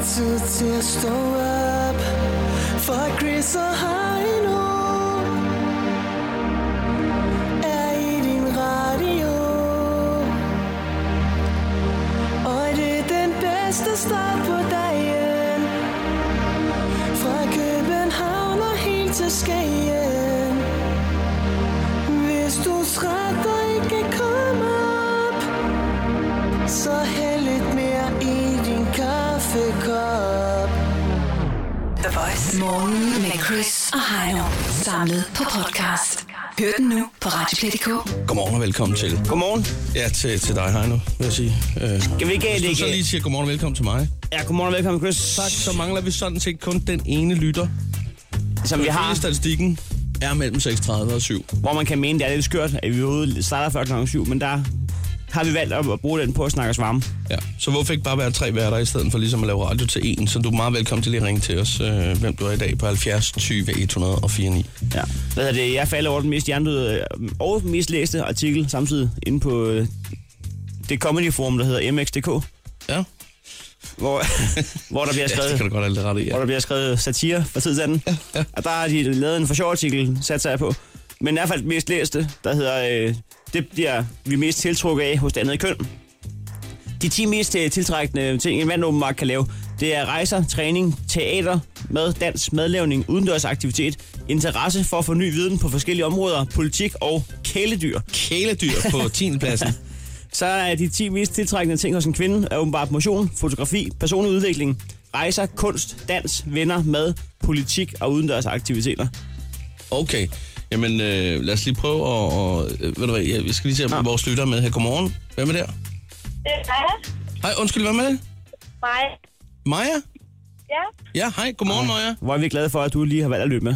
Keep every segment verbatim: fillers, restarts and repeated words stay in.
tid til at stå op for Chris og Heino er i din radio. Og det er den bedste start på dagen. Fra København og helt til Skagen. Hvis du er træt og ikke kan komme op, så hæld lidt mere i din kaffekop. The Voice. Morgen med Chris og Heino. Samlet på podcast. Hør den nu på radioplay punktum d k. Godmorgen og velkommen til. Godmorgen. Ja, til, til dig, Heino, vil jeg sige. Øh, Skal vi ikke hvis du så lige siger godmorgen og velkommen til mig. Ja, godmorgen og velkommen, Chris. Tak, så mangler vi sådan set kun den ene lytter. Som vi har, statistikken er mellem seks tredive og syv. hvor man kan mene, det er lidt skørt, at vi ude starter før klokken syv, men der har vi valgt at bruge den på at snakke os varme. Ja, så hvorfor ikke bare være tre værter i stedet for ligesom at lave radio til en? Så du er meget velkommen til lige at ringe til os, øh, hvem du er i dag på halvfjerds tyve et hundrede og fire ni. Ja. Hvad hedder det? Jeg falder over den mest hjernedøde og mest læste artikel samtidig inde på øh, det comedy forum, der hedder M X punktum d k. Ja. Hvor, hvor der bliver skrevet, ja, det kan du godt alt det rette i, ja. hvor der bliver skrevet satire fra tid til anden. Ja, ja. Og der har de lavet en for sjov artikel, sat sig på. Men i hvert fald det mest læste, der hedder, øh, det bliver vi mest tiltrukket af hos det andet køn. De ti mest øh, tiltrækkende ting, en mand åbenbart kan lave, det er rejser, træning, teater, mad, dans, madlavning, udendørsaktivitet, interesse for at få ny viden på forskellige områder, politik og kæledyr. Kæledyr på tiende pladsen. Så er de ti mest tiltrækkende ting hos en kvinde er åbenbart motion, fotografi, personlig udvikling, rejser, kunst, dans, venner, mad, politik og udendørsaktiviteter. Okay, jamen øh, lad os lige prøve at... Og, øh, ved du hvad, ja, vi skal lige se, om ja. vores lytter med her. Godmorgen. Hvem er der? Det er Maja. Hej, undskyld, hvem er det? Maja. Maja? Ja. Ja, hej, godmorgen, Maja. Hvor er vi glade for, at du lige har valgt at løbe med.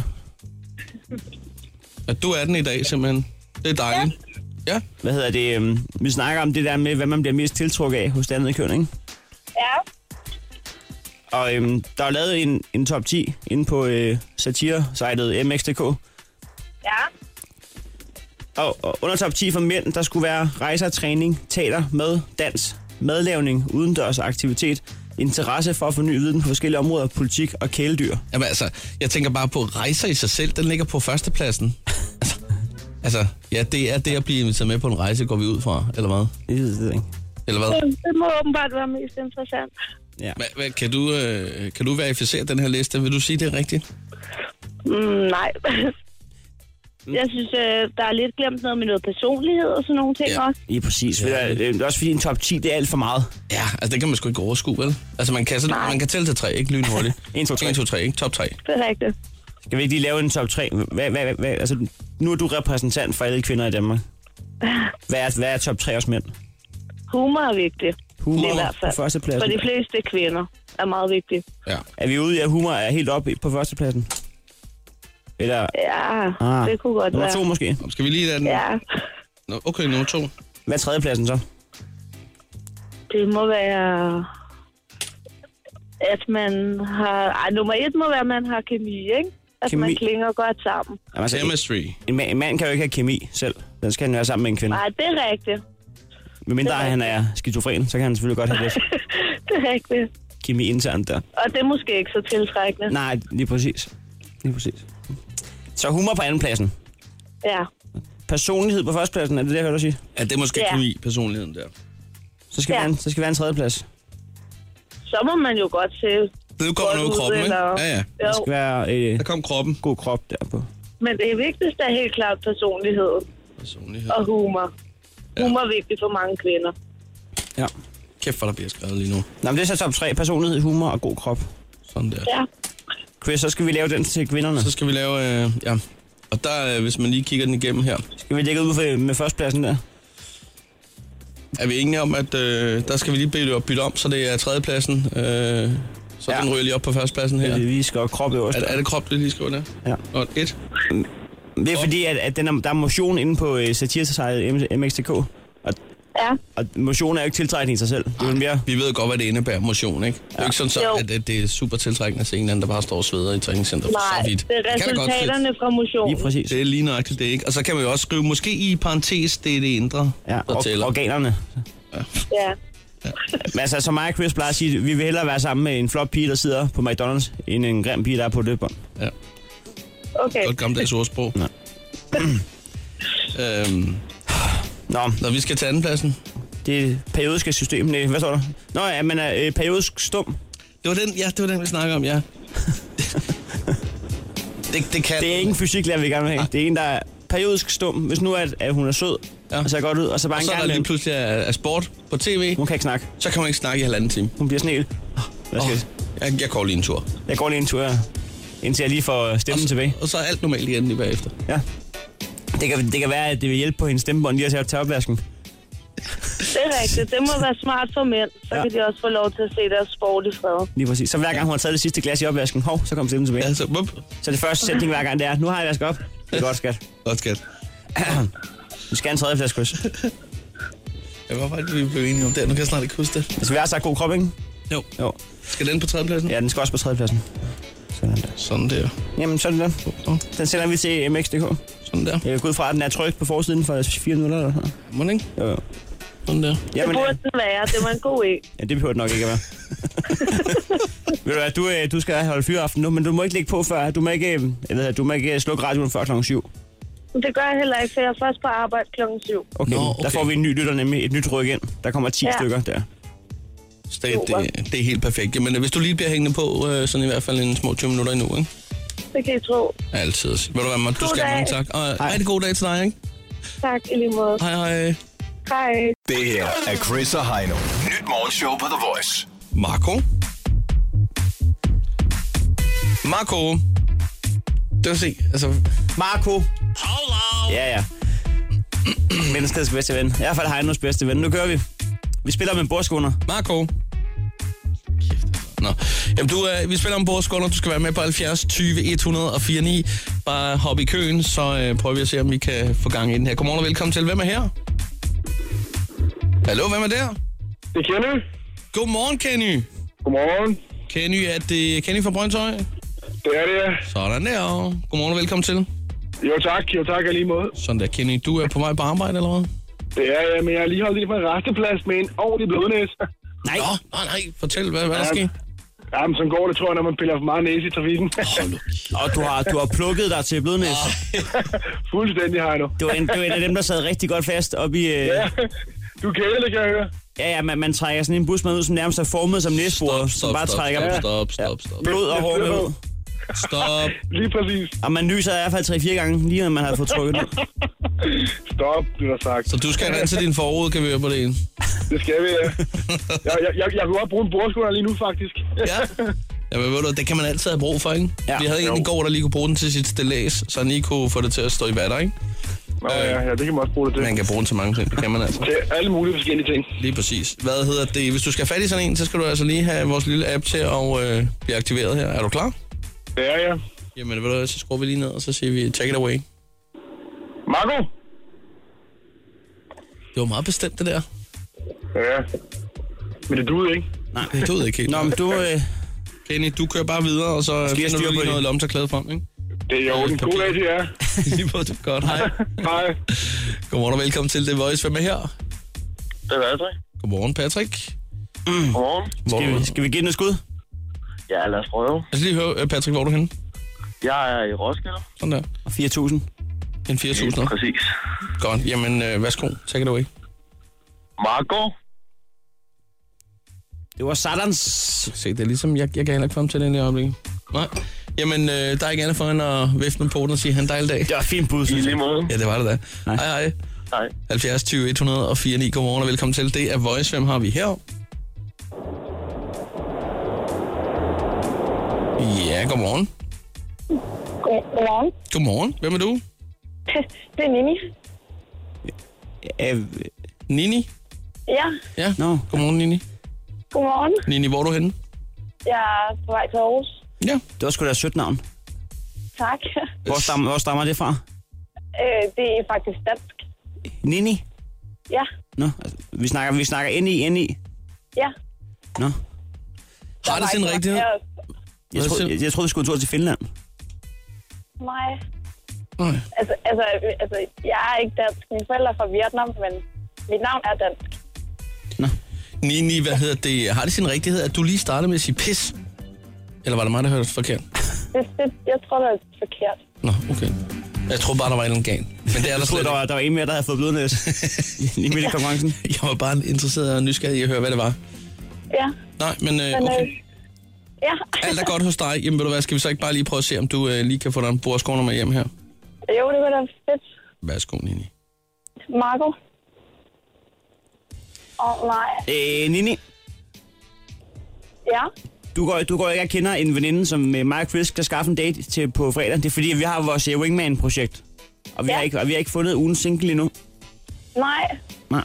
At du er den i dag, simpelthen. Det er dejligt. Ja. ja. Hvad hedder det? Um, vi snakker om det der med, hvad man bliver mest tiltrukket af hos det andet køn, ikke? Ja. Og um, der er lavet en, en top ti inde på uh, satire-sitet M X punktum d k. Ja. Og, og under top ti for mænd, der skulle være rejser, træning, teater, mad, dans, madlavning, udendørsaktivitet, interesse for at få ny viden på forskellige områder, politik og kæledyr. Jamen altså, jeg tænker bare på rejser i sig selv, den ligger på førstepladsen. altså, altså, ja, det er det at blive inviteret med på en rejse, går vi ud fra, eller hvad? Det ved jeg ikke. Eller hvad? Det må åbenbart være mest interessant. Ja. Hva, hva, kan, du, øh, kan du verificere den her liste? Vil du sige, det er rigtigt? Mm, nej. Jeg synes, øh, der er lidt glemt noget med noget personlighed og sådan nogle ting Ja. også. Lige præcis. Ja. Det er også fordi en top ti, det er alt for meget. Ja, altså det kan man sgu ikke overskue, vel? Altså man kan, så, man kan tælle til tre, ikke lynhurtigt. en, to, tre. en, to, tre, ikke? Top tre. Det er rigtigt. Skal vi ikke lige lave en top tre? Hvad, hvad, hvad, altså, nu er du repræsentant for alle kvinder i Danmark. Hvad er, hvad er top tre hos mænd? Humor er vigtigt. Humor Det er i hvert fald. på førstepladsen. For de fleste kvinder er meget vigtigt. Ja. Er vi ude i, at humor er helt oppe på førstepladsen? Eller Ja, ah, det kunne godt nummer være. to måske? Skal vi lige lade den? Ja, Nå, okay, nummer to. Hvad er tredjepladsen så? det må være, at man har... Ej, nummer et må være, at man har kemi, ikke? At Kemi. man klinger godt sammen. Jamen, altså, en, Chemistry. en, mand, en mand kan jo ikke have kemi selv. Den skal han være sammen med en kvinde. Nej, det er rigtigt. Men mindre det er han er skizofren, så kan han selvfølgelig godt have lidt Det er rigtigt. kemi internt der. Og det er måske ikke så tiltrækkende. Nej, lige præcis. Lige præcis. Så humor på andenpladsen. Ja. Personlighed på førstepladsen, er det det, jeg hørte dig sige? Ja, det er måske Ja. kemi, personligheden der. Så skal, Ja. ja. være, en, så skal være en tredjeplads. Så må man jo godt se Det kommer godt noget i ud, kroppen, ikke? eller- Ja, ja. Der Jo, skal være øh, Der kom kroppen. god krop derpå. men det vigtigste er helt klart personlighed Personlighed. og humor. Ja. Humor er vigtigt for mange kvinder. Ja. Kæft, hvor der bliver skrevet lige nu. Nå, men det er så top tre. Personlighed, humor og god krop. Sådan der. Ja. Chris, så skal vi lave den til kvinderne. Så skal vi lave, øh, ja. Og der, øh, hvis man lige kigger den igennem her, Skal vi lægge ud for, med førstepladsen der? er vi enige om, at øh, der skal vi lige bytte, bytte om, så det er tredjepladsen. Øh, så Ja. den ryger lige op på førstepladsen her. Ja. Vi skal have krop øverst. Er, er det krop, det lige skriver der? Ja. Og et. Det er fordi, at, at den er, der er motion inde på uh, satire-sitet M X punktum d k. Og, Ja. og motion er jo ikke tiltrækkende i sig selv. Det er jo mere... Vi ved godt, hvad det indebærer motion, ikke? Det er jo ikke sådan, så, at, at det er super tiltrækkende at se en eller anden, der bare står og sveder i træningscenter. Nej, så vidt. det er kan da godt resultaterne fra motion. Lige præcis. Det er lige nøjagtigt det, ikke? Og så kan man jo også skrive, måske i parentes, det er det indre, Ja, der og, tæller. organerne. Ja. Men altså, som mig og Chris plejer at sige, vi vil hellere være sammen med en flot pige, der sidder på McDonald's, end en grim pige, der er på løbebånd. Ja. Okay. Godt gammeldags ordsprog. Ja. øhm, Nå, når vi skal til andenpladsen. det er periodiske system. Nej, hvad står der? Nå, ja, men er øh, periodisk stum. Det var den, ja, det var den, vi snakker om, ja. det, det, kan... Det er ikke en fysiklærer, vi gerne vil have. Det er en, der er periodisk stum. Hvis nu er, at hun er sød, Ja. og ser godt ud, og så bare Og en så er gang der lige imellem. pludselig er, er sport på tv, Hun kan ikke snakke. så kan man ikke snakke i halvanden time. Hun bliver sådan helt... Hvad skal Oh, jeg? jeg, jeg går lige en tur. Jeg går lige en tur, indtil jeg lige får stemmen og, tilbage. Og så er alt normalt igen lige bagefter. Ja. Det kan, det kan være, at det vil hjælpe på hendes stemmebånd lige at tage opvasken. Det er rigtigt. Det må være smart for mænd. Så Ja. kan de også få lov til at se deres sport i fred. Lige præcis. Så hver gang hun har taget det sidste glas i opvasken, hov, så kommer stemmen tilbage. Ja, så, bup. Så det første sætning hver gang, det er, nu har jeg vasket op. Det er godt, skat. Godt skat. Vi skal have en tredje flaske, Chris. Ja, hvad var det, vi blev enige om der? Nu kan jeg snart ikke huske det. Altså, vi har sagt god krop, ikke? Jo. Jo. Skal den på tredjepladsen? Ja, den skal også på tredjepladsen. Sådan der. Sådan der. Jamen, sådan der. Den sender vi til M X punktum d k. Sådan der. Jeg går ud fra, at den er trykt på forsiden for fire minutter eller sådan Må den ikke? noget. Jo, jo. Sådan der. Det Jamen, burde øh, den være. Det var en god idé. ja, det behøver det nok ikke at være. Ved du hvad, du, øh, du skal holde fyreaften nu, men du må ikke lægge på før. Du må ikke, øh, jeg ved, du må ikke slukke radioen før klokken syv. Det gør jeg heller ikke, for jeg er først på arbejde klokken syv. Okay, Nå, Nå, okay. der får vi en ny lytter, nemlig et nyt ryk ind. Der kommer ti Ja. stykker der. Så det, det, det er helt perfekt. Jamen, hvis du lige bliver hængende på, øh, sådan i hvert fald en små tyve minutter endnu, ikke? Det kan I tro. Altid. Ved du hvad, man, du God skal have dag. mange tak. Og Hej. rigtig god dag til dig, ikke? Tak i lige måde. Hej, hej. Hej. Det her er Chris og Heino. Nyt morgenshow på The Voice. Marco. Marco. Det vil se, altså... Marco. Ja, ja. Menneskets bedste ven. I hvert fald Heinos bedste ven. Nu kører vi. Vi spiller med bordskåner. Marco. Kæft. Nå. Jamen, du, øh, vi spiller om bordskåner. Du skal være med på halvfjerds tyve et hundrede og fire ni. Bare hop i køen, så øh, prøver vi at se, om vi kan få gang i den her. Godmorgen og velkommen til. Hvem er her? Hallo, hvem er der? Det er Kenny. Godmorgen, Kenny. Godmorgen. Kenny, er det Kenny fra Brøndshøj? Det er det, ja. Sådan der. Godmorgen og velkommen til. Jo tak, jo tak af lige måde. Sådan der, Kenny. Du er på vej på arbejde, eller hvad? Det er jeg, men jeg har lige holdt lige på en resteplads med en ordentlig blodnæse. Nej. Nå, nej, nej. Fortæl, hvad, hvad der Ja. sker. Jamen, sådan går det, tror jeg, når man piller for meget næse i trafikken. Hold nu. Og du har, du har plukket dig til blodnæs. Fuldstændig har jeg nu. Det var, en, det var en af dem, der sad rigtig godt fast op i... Øh, Ja, du kender det, kan jeg høre. ja, ja, man, man trækker sådan en bus med ud, som nærmest er formet som næsbordet, som bare trækker stop, stop, stop, stop, blod og hår med ud. Stop. Lige præcis. Og man nyser i hvert fald tre-fire gange, lige når man har fået trykket ned. Stop, bliver der sagt. Så du skal rense din forrude, kan vi høre på det ene. Det skal vi, ja. Jeg, jeg, jeg, jeg kunne godt bruge en bordskunder lige nu, faktisk. Ja. Jamen, ved du, det kan man altid have brug for, ikke? Ja. Vi havde en i går, der lige kunne bruge den til sit stillads, så han lige kunne få det til at stå i vatter, ikke? Nå, ja, ja, det kan man også bruge det til. Man kan bruge den til mange ting, det kan man altså. Til alle mulige forskellige ting. Lige præcis. Hvad hedder det? Hvis du skal have fat i sådan en, så skal du altså lige have vores lille app til at øh, blive aktiveret her. Er du klar? Det er jeg. Jamen, ved du, så skruer vi lige ned, og så siger vi, take it away. Marco? Det var meget bestemt, det der. Ja. Men det duede ikke. Nej. Det ved ikke helt. Nå, men du... Øh, Kenny, du kører bare videre, og så jeg finder styre du på lige det? noget lomterklæde frem, ikke? Det er jo en god dag til jer. Lige på det. Godt, hej. Hej. Godmorgen og velkommen til The Voice. Hvem er her? Det er Patrick. Godmorgen, Patrick. Godmorgen. skal, vi, skal vi give den et skud? Ja, lad os prøve. Jeg skal lige høre, øh, Patrick, hvor er du henne? Jeg er i Roskilde. Sådan der. Og fire tusind. En fire tusind. Præcis. Godt. Jamen, øh, værsgo. Take it away. Marco? Det var Satans... Se, det er ligesom, jeg, jeg kan heller ikke få ham til den i øjeblikket. Nej. Jamen, øh, der er ikke andet for end at vifte med porten og sige, han en dejlig dag. Det var fint bud, I synes jeg. lige måde. Ja, det var det da. Nej. Hej, hej. Hej. halvfjerds tyve et hundrede og fire ni. Godmorgen og velkommen til. Det er Voice. Hvem har vi her? Ja, godmorgen. Godmorgen. Godmorgen. Hvem er du? Det er Nini. Øh, Nini? Ja, Ja. Nå. Godmorgen, Nini. godmorgen. Nini, hvor er du henne? Jeg er på vej til Aarhus. Ja. Det var sgu da et sødt navn. Tak. Hvor stammer, hvor stammer det fra? Øh, det er faktisk dansk. Nini? Ja, Nå, altså, vi snakker, vi snakker N I, N I. ja. Nå. Har det sin rigtighed? Jeg, Jeg, Hvad troede, siger jeg, jeg troede, vi skulle en tur til Finland. nej. Nej. Altså, altså, altså, jeg er ikke dansk. Mine forældre er fra Vietnam, men mit navn er dansk. Nini, hvad hedder det? Har det sin rigtighed, at du lige startede med at sige pis? Eller var det mig, der hørte forkert? Det, det, jeg tror, det er forkert. Nå, okay. Jeg tror bare, der var en galt. Men det er der Jeg troede, slet der var, der var en mere, der havde fået blodnæs lige midt i konkurrencen. ikke. Jeg var bare interesseret og nysgerrig i at høre, hvad det var. Ja. Nej, men øh, Men, okay. øh, ja. Alt er godt hos dig. Jamen ved du hvad, skal vi så ikke bare lige prøve at se, om du øh, lige kan få dig en bordskåner med hjem her? Jo, det var da fedt. Værsgo, Nini. Marco? Åh, oh, nej. Øh, Nini, Ja? du går, du går ikke og kender en veninde, som øh, mig og Chris skal skaffe en date til på fredag. Det er fordi, vi har vores øh, Wingman-projekt. Og vi, Ja. har ikke, og vi har ikke fundet ugens single endnu. Nej. Nej.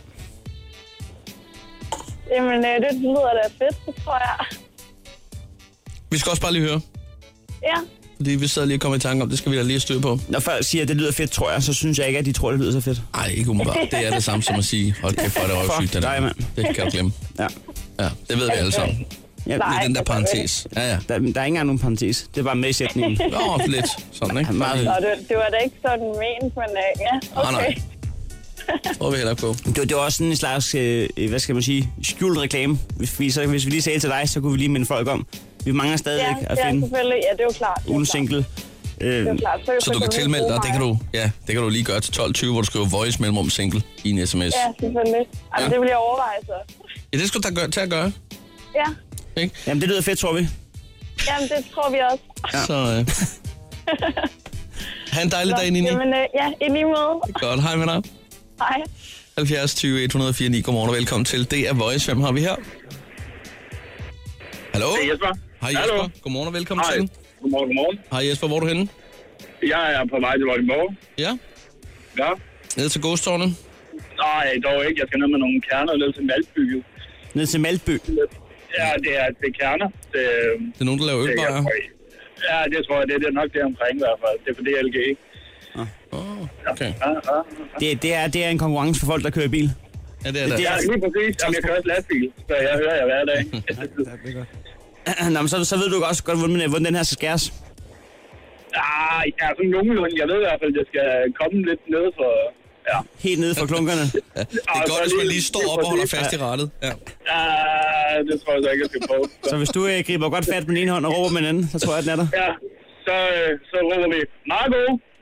Jamen, øh, det lyder da fedt, det tror jeg. Vi skal også bare lige høre. Ja. Fordi vi sidder lige og kommer i tanke om, det skal vi da lige styre på. Når folk siger, at det lyder fedt, tror jeg, så synes jeg ikke, at de tror, at det lyder så fedt. Nej, ikke umiddelbart. Det er det samme som at sige, hold kæft, hvor er det røvsygt. Fuck dig, mand. Det kan du glemme. Ja. Ja, det ved vi alle sammen. Ja, Nej. Med den der parentes. Ja, ja. der, der er ikke engang nogen parentes. Det er bare med i sætningen. Nå, lidt. Sådan, ikke? Meget. Nå, det, det var da ikke sådan ment, men øh, ja, okay. Nej, nej. Tror vi heller ikke på. Det, det var også sådan en slags, øh, hvad skal man sige, skjult reklame. Hvis vi, så, hvis vi lige sagde til dig, så kunne vi lige minde folk om. Vi mangler stadigvæk Ja, at ja, finde selvfølgelig. Ja, det er jo klart. Det er ugens klart. single. Øh, Det er jo klart. Så du kan tilmelde dig, det kan du, ja, det kan du lige gøre til tolv tyve, hvor du skriver voice mellemrum single i en sms. Ja, selvfølgelig. Altså, Ja. det vil jeg overveje så. Ja, det skal du da gøre, til at gøre. Ja, Ikke? Jamen, det lyder fedt, tror vi. jamen det tror vi også. Ja. Så øh. ha' en dejlig dag, Nini. Jamen, øh, ja, i lige måde. Godt, hej med dig. Hej. halvfjerds tyve et hundrede fire ni, godmorgen og velkommen til. Det er Voice. Hvem har vi her? Hallo? Det er Jesper. Hej Jesper. Hallo. Godmorgen og velkommen Hej. til. Godmorgen, godmorgen. Hej Jesper, hvor er du henne? Jeg er på vej til Vordingborg. Ja, Ja. ned til Gåstårnet. Nej, dog ikke. Jeg skal ned med nogle kerner ned til Maltby. Ned til Maltby. Ja, det er, det er kerner. Det, Det er nogen, der laver det, ølbarer. ja, det tror jeg, det, det er nok det omkring i hvert fald. Det er for D L G. Oh, okay. Ja, ja. Det, det, er, det er en konkurrence for folk, der kører bil. Ja, det er det. Det Ja, lige præcis. Jamen, jeg kører også lastbil, så jeg hører jer hver dag. Nå, men så, så ved du også godt, hvordan, hvordan den her skal skæres. Ah, ja, sådan nogenlunde. Jeg ved i hvert fald, at jeg skal komme lidt ned for... Ja. Helt nede fra klunkerne. Det er godt, hvis man lige står op og holder fast i rattet. Ja. Ja, det tror jeg så ikke, jeg skal prøve. Så, Så hvis du øh, griber godt fat med den ene hånd og råber med den anden, så tror jeg, at den er der. ja, så, øh, så råber vi, Marco!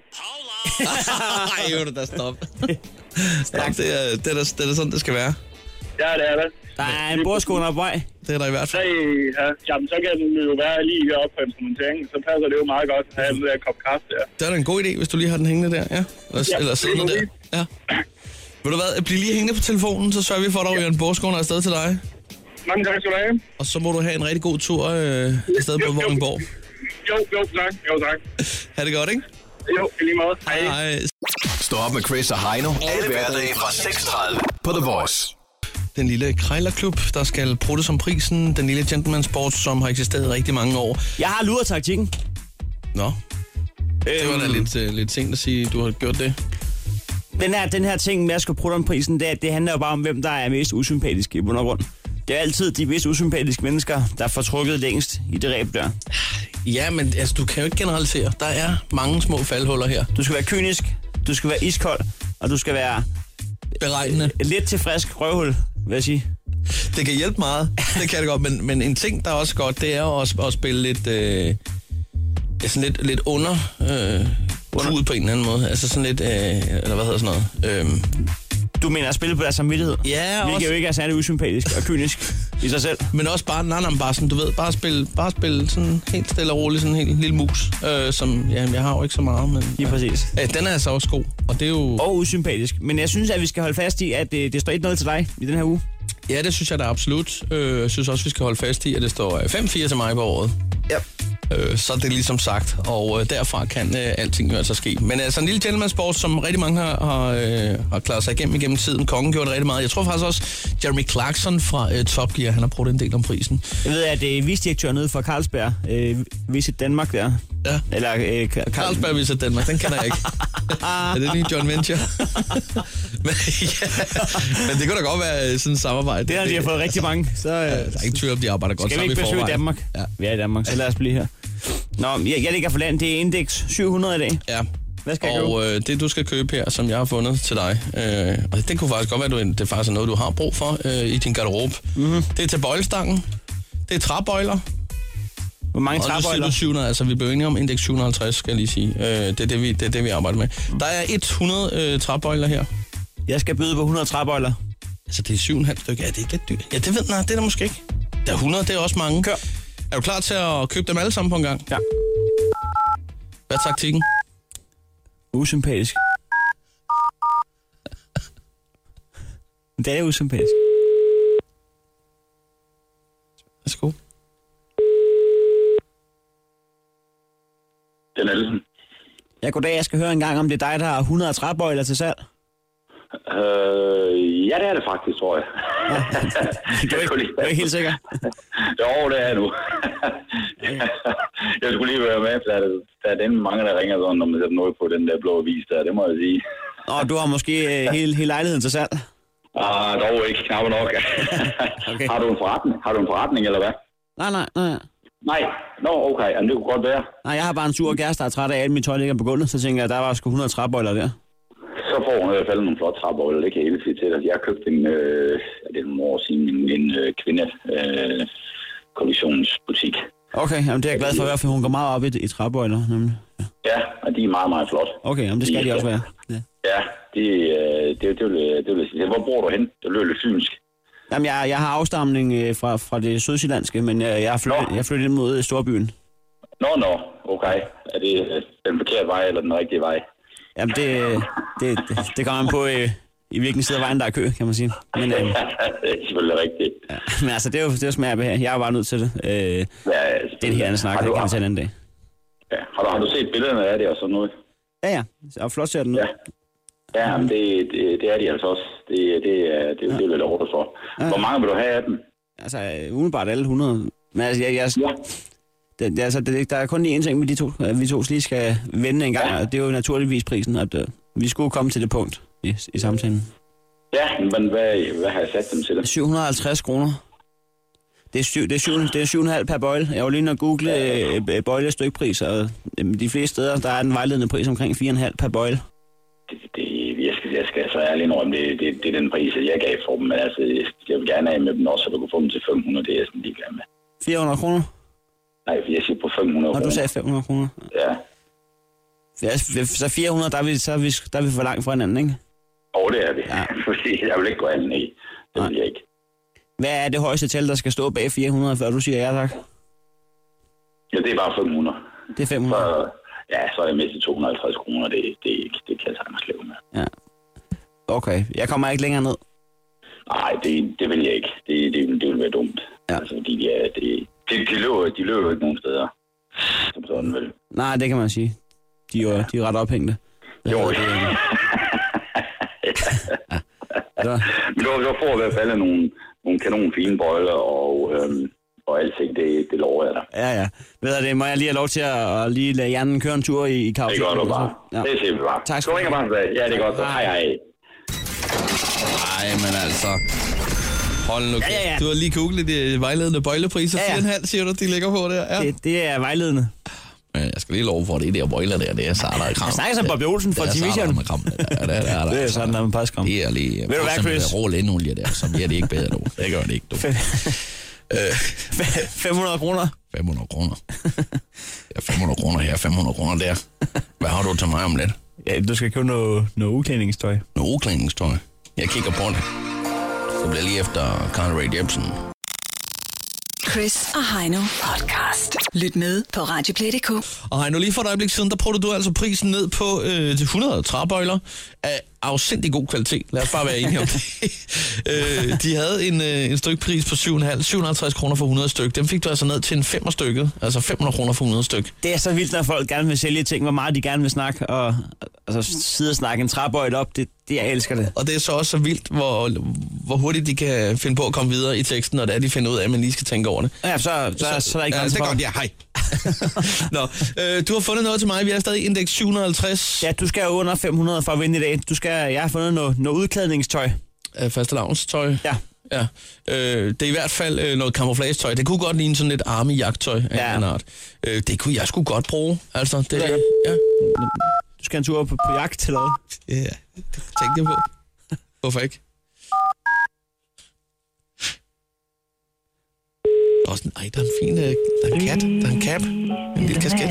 Ej, jo, det der stop. Stop, det er, det, er, der- det er sådan, det skal være. Ja, det er det. Der er en bordskåne op vej. Det er der i hvert Så, fald. ja, jamen, så kan den jo være lige heroppe på instrumenteringen. Så passer det jo meget godt at have den der kop kaffe der. Det er da en god idé, hvis du lige har den hængende der. Ja. Eller, Ja, eller siddende der. lige Ja. Ved du hvad, bliv lige hængende på telefonen, så sørger vi for, at der ryger en bordskåner afsted til dig. Mange tak skal du have. Og så må du have en rigtig god tur øh, afsted på Jo, jo. Vordingborg. Jo, jo, tak. Jo, tak. Ha' det godt, ikke? Jo, i lige måde. Hej. Hej. Stå op med Chris og Heino. Alle hverdage fra seks tredive på The Voice. Den lille krejlerklub, der skal prutte som prisen. Den lille gentleman sport, som har eksisteret i rigtig mange år. Jeg har luret taktikken. Nå, det var da Øhm, lidt, uh, lidt sent at sige, at du har gjort det. Den her, den her ting med at skulle prutte om prisen, det, det handler jo bare om, hvem der er mest usympatisk i bund og grund. Det er altid de mest usympatiske mennesker, der får trukket længst i det ræb der. Ja, men altså, du kan jo ikke generalisere. Der er mange små faldhuller her. Du skal være kynisk, du skal være iskold, og du skal være Beregnende. lidt til frisk røvhul, vil jeg sige. Det kan hjælpe meget. Det kan det godt. Men, men en ting, der er også godt, det er jo også at spille lidt... Øh, ja, sådan lidt, lidt under... Øh, under på en eller anden måde. Altså sådan lidt... Øh, eller hvad hedder sådan noget? Øh, Du mener at spille på deres samvittighed? ja, Hvilket også, jo ikke er særlig usympatisk og kynisk i sig selv. men også bare... Nej, nej, bare sådan, du ved, bare spille, bare spille sådan helt stille og roligt, sådan en helt lille mus. Øh, som, ja, jeg har jo ikke så meget, men... Lige præcis. Ja, den er altså også god, og det er jo... Og usympatisk. Men jeg synes, at vi skal holde fast i, at det, det står et nul til dig i den her uge. Ja, det synes jeg da absolut. Øh, jeg synes også, vi skal holde fast i, at det står fem fire til mig på året. Ja. Øh, så er det ligesom sagt, og øh, derfra kan øh, alting jo altså ske. Men altså en lille gentleman-sport, som rigtig mange har, har, øh, har klaret sig igennem igennem tiden. Kongen gjorde det rigtig meget. Jeg tror faktisk også, Jeremy Clarkson fra øh, Top Gear, han har brugt en del om prisen. Jeg ved, at øh, visdirektøren nede fra Carlsberg, øh, Visit Danmark der. Ja. Eller øh, Carl... Carlsberg viser Danmark, den kender jeg ikke. Er det lige John Venture? men, ja, men det kunne da godt være sådan et samarbejde. Det har de har fået rigtig mange. Så, øh, Der er ikke tvivl om, de arbejder godt skal vi sammen ikke i besøge forvejen. Danmark? Ja. Vi er i Danmark, så lad os blive her. Nå, jeg, jeg ligger for land. Det er indeks syv hundrede i dag. Ja. Hvad skal jeg Og øh, det, du skal købe her, som jeg har fundet til dig, øh, og det kunne faktisk godt være, at du, det faktisk er noget, du har brug for øh, i din garderobe. Mm-hmm. Det er til bøjlestangen. Det er træbøjler. Hvor mange træbøjler? Og nu siger du syv hundrede, altså vi blev enige om indeks syv hundrede og halvtreds, skal jeg lige sige. Øh, det, er det, vi, det er det, vi arbejder med. Der er hundrede øh, træbøjler her. Jeg skal byde på hundrede træbøjler. Altså det er syv komma fem stykker. Ja, det er ikke lidt dyrt. Ja, det ved nej, det er der måske ikke. Der er hundrede, det er også mange. Kør. Er du klar til at købe dem alle sammen på en gang? Ja. Hvad er taktikken? Usympatisk. Det er usympatisk. Værsgo. Den er ligesom. Ja, goddag. Jeg skal høre en gang, om det er dig, der har hundrede træbøjler til salg. Øh, ja, det er det faktisk, tror jeg. Ja. Du er ikke, du er ikke helt sikker? Jo, det er jeg nu. Jeg skulle lige være med, for der er, der er den mange, der ringer sådan, når man sætter noget på den der blå avis der, det må jeg sige. Og du har måske uh, hele, hele lejligheden til salg? Ah, dog ikke, knap nok. Okay. Har du en forretning? Har du en forretning, eller hvad? Nej, nej, nej. Nej, nå, okay, jamen, det kunne godt være. Nej, jeg har bare en sur kæreste, der er træt af, at mit tøj ligger på gulvet, så tænker jeg, at der var sgu hundrede træbøjler der. Så får hun i hvert fald nogle flotte træbøjler, det kan jeg helt sige til dig. Jeg har købt en, øh, det er nogle år siden, en, en øh, kvinde øh, kollektionsbutik. Okay, jamen det er jeg glad for at høre, for hun går meget op i, i træbøjler, nemlig. Ja. Ja, og de er meget, meget flot. Okay, jamen det skal de, de også være. Ja, ja det, øh, det, det, vil, det vil jeg sige. Hvor bor du hen? Det løber lidt fynsk. Jamen jeg, jeg har afstamning øh, fra, fra det sydsjællandske, men jeg, jeg har flyttet, jeg flyttet ind mod storbyen. Nå, nå, okay. Er det øh, den forkerte vej, eller den rigtige vej? Jamen det, det, det, det kommer man på øh, i hvilken side af vejen, der er kø, kan man sige. Men, øh, det er selvfølgelig rigtigt. Ja, men altså, det er jo, det er jo smag af her. Jeg er jo bare nødt til det. Øh, ja, det er en helt anden snak, det kan vi tage en anden dag. Ja. Har, du, har du set billederne af det og sådan noget? Ja, ja. Og flot ser den ud. Ja, ja men det, det, det er de altså også. Det, det, er, det, det er jo lidt over for. Ja. Hvor mange vil du have af dem? Altså, umiddelbart alle hundrede. Men altså, jeg... jeg ja. Det, det, altså, det, der er kun lige en ting med de to, at vi to lige skal vende en gang, ja. Og det er jo naturligvis prisen, at uh, vi skulle komme til det punkt i, i samtalen. Ja, men hvad, hvad har jeg sat dem til? syv hundrede og halvtreds kroner. Det er, syv, det, er syv, det er syv komma fem per bøjle. Jeg var lige inde og google ja. øh, bøjle stykpris, og øh, de fleste steder, der er den vejledende pris omkring fire komma fem per bøjle. Det, det, jeg, skal, jeg skal så ærlig indrømme, det, det, det er den pris, jeg gav for dem, men altså, jeg vil gerne have med dem også, så du kan få dem til fem hundrede, det er jeg sådan ligeglad med. fire hundrede kroner? Nej, jeg siger på fem hundrede kroner. Nå, du sagde fem hundrede kroner? Ja. Ja, så fire hundrede, der er vi, så er vi, der er vi for langt fra hinanden, ikke? Åh, oh, det er vi. Ja. Jeg vil ikke gå anden i. Det vil jeg ikke. Hvad er det højeste tal, der skal stå bag fire hundrede, før du siger ja, tak? Ja, det er bare fem hundrede. Det er fem hundrede? Så, ja, så er jeg med til to hundrede og halvtreds kroner. Det, det, det kan jeg sagtens leve med. Ja. Okay, jeg kommer ikke længere ned. Nej, det, det vil jeg ikke. Det, det, det vil være dumt. Ja. Altså, fordi de, er, de, de, de, løber, de løber ikke nogen steder. Som sådan, vel? Nej, det kan man sige. De er jo de er ret ophængte. Jo, det, ja. Ja. Men du, du får i hvert fald nogle, nogle kanon fine bøjler og, øhm, og alting, det, det lover jeg dig. Ja, ja. Ved du det, må jeg lige have lov til at, at lige lade hjernen køre en tur i, i Kausen? Det gør du bare. Ja. Det siger vi bare. Tak skal du have. Bare, ja, det er godt. Så. Hej, hej. Nej, men altså... Hold nu. Ja, ja, ja. Du har lige googlet de vejledende bøjlepriser. Ja, ja. fire komma fem siger du, de ligger på der. Ja. Det, det er vejledende. Men jeg skal lige love for, det der bøjler der, det er sarter i kram. Jeg snakker som Bobby Olsen fra T V-showen. Det er sarter med kram. Ja, det er, det er, det er sådan, der med paskram. Det er lige... Ved du hvad, Chris? Rå lindolie der, så bliver det ikke bedre nu. Det gør det ikke, du. fem hundrede kroner? fem hundrede kroner. Ja, fem hundrede kroner her, fem hundrede kroner der. Hvad har du til mig om lidt? Ja, du skal købe noget, noget uklædningstøj. Noget uklædningstøj? Jeg kigger på det. Så bliver lige efter Carl Ray Jepsen. Chris og Heino podcast. Lyt med på radioplay punktum d k. Og Heino, lige for et øjeblik siden, der prøvede du altså prisen ned på øh, til hundrede træbøjler af afsindig god kvalitet. Lad os bare være enige om det. øh, de havde en, øh, en stykpris på syv komma fem, syv hundrede og halvtreds kroner for hundrede styk. Dem fik du altså ned til en femmer stykket, altså fem hundrede kroner for hundrede styk. Det er så vildt, når folk gerne vil sælge ting, hvor meget de gerne vil snakke, og altså, sidde og snakke en træbøjle op, det, det, jeg elsker det. Og det er så også så vildt, hvor, hvor hurtigt de kan finde på at komme videre i teksten, og det er, de finder ud af, at man lige skal tænke over det. Ja, så, så, så, så er der ikke ja, det er godt, ja, hej. Nå, øh, du har fundet noget til mig. Vi er stadig indeks syv hundrede og halvtreds. Ja, du skal under fem hundrede for at vinde i dag. Du skal, jeg har fundet noget, noget udklædningstøj. Øh, fastelavnstøj? Ja. Ja. Øh, det er i hvert fald øh, noget camouflage-tøj. Det kunne godt ligne sådan lidt army-jagttøj af ja. en art. Øh, det kunne jeg sgu godt bruge. Altså, det ja. ja. Du skal en tur på, på jagt eller hvad? Ja, det tænkte jeg på. Hvorfor ikke? Der er, sådan, ej, der er en fin... øh, Der er en kat. Der er en cap. En lille kasket.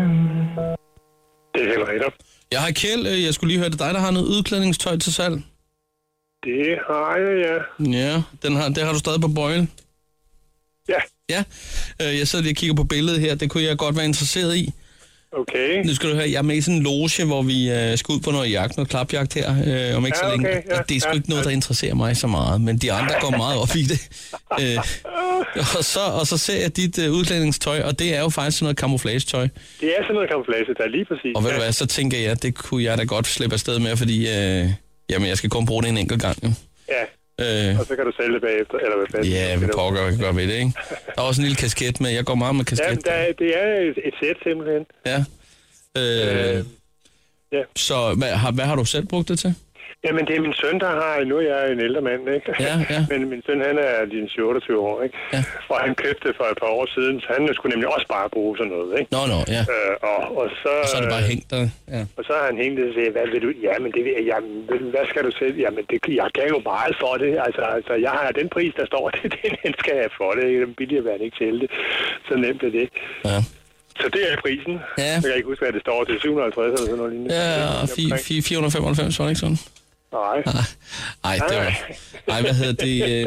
Det er heller ikke. Jeg har Kjeld. øh, Jeg skulle lige høre, det er dig, der har noget udklædningstøj til salg. Det har jeg, ja. Ja, den har, det har du stadig på bøjle. Ja. Ja, øh, jeg sidder lige og kigger på billedet her. Det kunne jeg godt være interesseret i. Okay. Nu skal du høre, jeg er med i sådan en loge, hvor vi øh, skal ud på noget jagt, noget klapjagt her, øh, om ikke Ja, så længe. okay, ja, og det er sgu ja, ikke noget, der interesserer mig så meget, men de andre går meget op i det. Øh, og, så, og så ser jeg dit øh, udklædningstøj, og det er jo faktisk sådan noget camouflage-tøj. Det er sådan noget camouflage, der er lige præcis. Og ved du ja. hvad, så tænker jeg, det kunne jeg da godt slippe afsted med, fordi øh, jamen, jeg skal kun bruge det en enkelt gang. Jo. Ja, Øh, og så kan du sælge det bagefter, eller hvad fanden. ja, vi pokker, hvad kan gøre ved det, ikke? Der er også en lille kasket med. Jeg går meget med kasket. Ja, der, er- det er et, et sæt simpelthen. Ja. Øh, Øh, ja. Så hvad har, hvad har du selv brugt det til? Jamen, det er min søn, der har... Nu er jeg en ældre mand, ikke? Ja, ja. Men min søn, han er din syv otteogtyve år, ikke? Ja. Og han købte det for et par år siden, så han skulle nemlig også bare bruge sådan noget, ikke? Nå, nå, ja. Øh, og, og, så, Og så er det bare hængt der. Ja. Og så har han hængt det og siger, hvad vil du? Jamen, det vil jeg. Jamen, ved du, hvad skal du selv? Jamen, det, jeg gav jo meget for det. Altså, altså, jeg har den pris, der står, det, den skal jeg for det. Den billigere vil han ikke sælge det. Så nemt er det. Ja. Så det er prisen. Ja. Jeg kan ikke huske, hvad det står til. syv hundrede og halvtreds eller sådan noget lignende. Ja, og fi- fi- fire hundrede og femoghalvfems, var det ikke sådan? Nej. Nej, det var... Nej, hvad hedder det... Øh,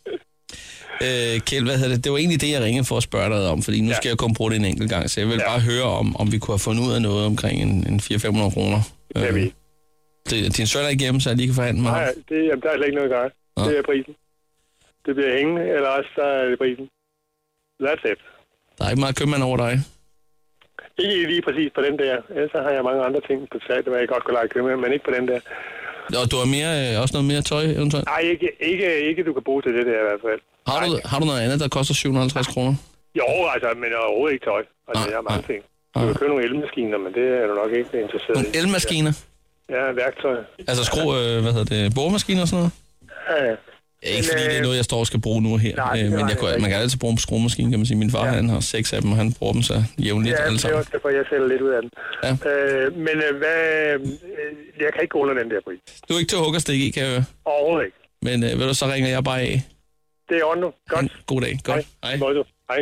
øh, Kjeld, hvad hedder det? Det var egentlig det, jeg ringede for at spørge dig om, fordi nu Ja. skal jeg kun bruge det en enkelt gang, så jeg vil Ja. bare høre, om, om vi kunne have fundet ud af noget omkring en, en fire til fem hundrede kroner. Det er vi. det, din søn er ikke hjemme, så jeg lige kan forhandle med ham. Nej, det, jamen, der er slet ikke noget at gøre. Nå. Det er prisen. Det bliver hængende, eller også så er det prisen. That's it. Der er ikke meget købmand over dig. Ikke lige præcis på den der. Ellers så har jeg mange andre ting på salg, hvor jeg godt kunne lege købmand, men ikke på den der. Og du har mere, øh, også noget mere tøj eventuelt? Nej, ikke, ikke, ikke du kan bruge til det der i hvert fald. Har du, har du noget andet, der koster syv hundrede og halvtreds kroner? Jo, altså, men overhovedet ikke tøj. Altså, Nej, jeg har mange nej. ting. Du kan købe nogle elmaskiner, men det er du nok ikke interesseret Nogle i. elmaskiner? Ja, værktøj. Altså skru, øh, hvad hedder det, boremaskiner og sådan noget? Ja, ja. Ikke Men, fordi det er øh, noget, jeg står og skal bruge nu her, nej, det øh, men har jeg jeg kunne, ikke. man kan altid bruge en skruemaskine, kan man sige. Min far, ja. han har seks af dem, og han bruger dem så jævnligt Ja, alle det er sammen. også derfor, jeg sælger lidt ud af den. Ja. Øh, men øh, hvad, øh, jeg kan ikke gå under den der pris. Du er ikke til at hugge og stikke i, kan jeg høre. Overhovedet ikke. Men øh, ved du, så ringer jeg bare af. Det er ordentligt. Godt. God dag. Godt. Hej. Hej. Hej.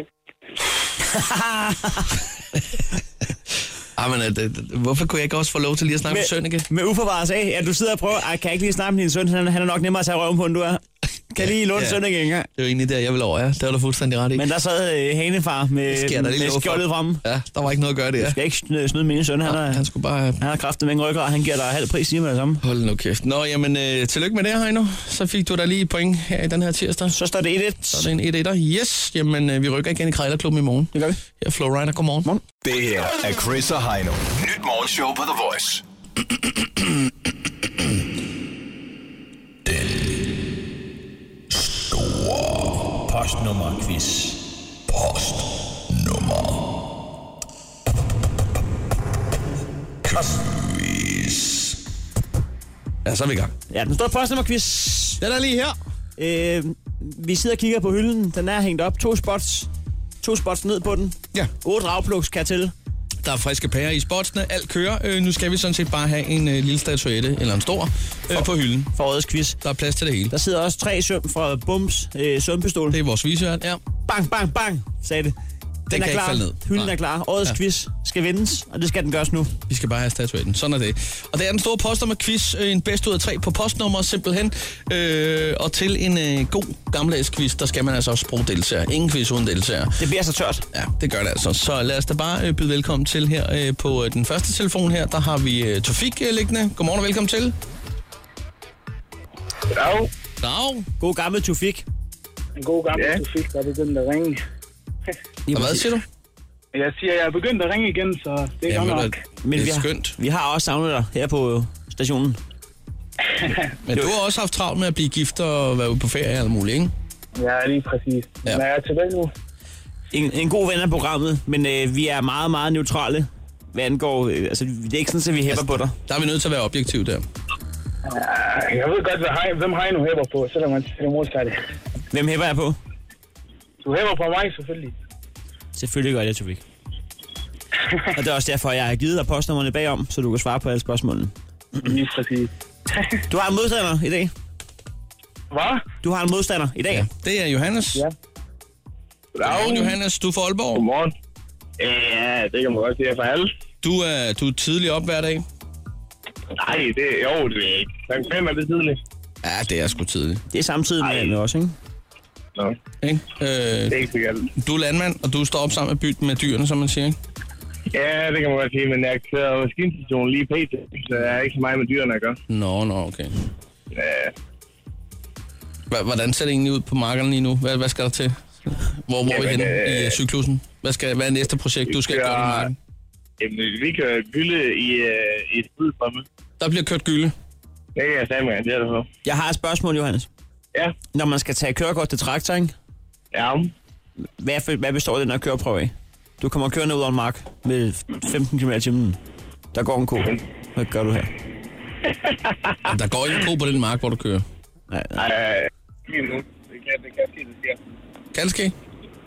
Ah, men, øh, det, hvorfor kunne jeg ikke også få lov til lige at snakke med søn igen? Med uforvaret af, at du sidder og prøver, ej, kan jeg ikke lige snakke med din søn, han, han er nok nemmere at tage røven på, end du er. Kan jeg lige låne Ja. søn igen engang? Det er jo egentlig der, jeg vil over, ja. Det var du fuldstændig ret i. Men der sad øh, hanefar med, sker der lige med lov for. skjoldet fremme. Ja, der var ikke noget at gøre det, Du ja. skal ikke snyde, snyde min søn, han, er, Han skulle bare... han har kraftet med en ryggrad, han giver dig halv pris lige med det samme. Hold nu kæft. Nå, jamen, øh, tillykke med det, Heino. Så fik du da lige point her i den her tirsdag. Så står det et et. Så er det en et-etter. Yes, jamen, øh, vi rykker igen i Krejlerklubben i morgen. Det gør vi. Her er Flowrider. Godmorgen. Morgen. Det her er Chris og Heino. Nyt morgenshow på The Voice. Postnummer-quiz. Postnummer. Quiz. Ja, så er vi i gang. Ja, den store postnummer-quiz. Den er lige her. Øh, vi sidder og kigger på hylden. Den er hængt op. To spots. To spots ned på den. Ja. Otte dragpluks kan til. Der er friske pærer i spotsene. Alt kører. Øh, nu skal vi sådan set bare have en øh, lille statuette, eller en stor, øh, på hylden. For årets quiz. Der er plads til det hele. Der sidder også tre søm fra Bums øh, sømpistol. Det er vores visuelt, ja. Bang, bang, bang, sagde det. Den kan er ikke klar. falde ned. Hylden Nej. er klar. Årets Ja. ja. quiz skal vindes, og det skal den gøres nu. Vi skal bare have statuetten. Sådan er det. Og det er den store postnummer-quiz. øh, En bedst ud af tre på postnummer, simpelthen. Øh, og til en øh, god gammeldags quiz, der skal man altså også bruge deltager. Ingen quiz uden deltager. Det bliver så tørt. Ja, det gør det altså. Så lad os da bare øh, byde velkommen til her øh, på øh, den første telefon her. Der har vi øh, Tofik øh, liggende. Godmorgen og velkommen til. Dag. Dag. God gammel Tufik. En god gammel ja. Tufik, der er begyndt at ringe. Og hvad siger du? Jeg siger, jeg er begyndt at ringe igen, så det er Jamen, godt nok. det, Men det vi er har, skønt. vi har også savnet dig her på stationen. Men du har også haft travlt med at blive gift og være ude på ferie og alt muligt, ikke? Ja, lige præcis. Ja. Ja. Men jeg er tilbage nu. En, en god ven af programmet, men øh, vi er meget, meget neutrale, hvad angår... Øh, altså, det er ikke sådan, at vi hæpper på dig. Der er vi nødt til at være objektiv der. Jeg ved godt, hvad hej, hvem har I nu hæpper på, selvom man siger modsatte. Hvem hæpper jeg på? Du hæpper på mig, selvfølgelig. Selvfølgelig gør jeg det, Tufik. Og det er også derfor, jeg har givet dig postnummerne bagom, så du kan svare på alle spørgsmålene. Lige præcis. Du har en modstander i dag. Hvad? Du har en modstander i dag. Ja, det er Johannes. Ja. Godmorgen, Johannes. Du er fra Aalborg. Godmorgen. Ja, det kan man godt sige for alle. Du er, du er tidlig op hver dag. Nej, det jo, det er ikke. Den fem er det tidligt. Ja, det er sgu tidligt. Det er samtidig med, med os, ikke? Nå. Ikke? Øh, Det er ikke så galt. du er landmand, og du står op sammen med, by- med dyrene, som man siger, ikke? Ja, det kan man godt sige, men jeg kører maskinstationen lige pt. Så jeg er ikke så meget med dyrene at gøre. Nå, nå, okay. Ja, H- Hvordan ser det egentlig ud på markerne lige nu? Hvad, hvad skal der til? Hvor, hvor er vi Jamen, henne øh, i uh, cyklusen? Hvad, skal, hvad er næste projekt, du skal vi gøre i kører- marken? jamen, vi kører gylde i, uh, i et udfremme. Der bliver kørt gylde. Det kan jeg sige med, det er det så. Jeg har et spørgsmål, Johannes. Ja, Når man skal tage kørekort til traktor, ikke? ja. Hvad, for- hvad består den her køreprøve af? Du kommer kørende ud over en mark med femten kilometer i timen. Der går en ko. Hvad gør du her? Men der går ikke en ko på den mark, hvor du kører. Nej, nej. Ej, lige nu. Det kan, det kan ske, det sker. Kan det ske?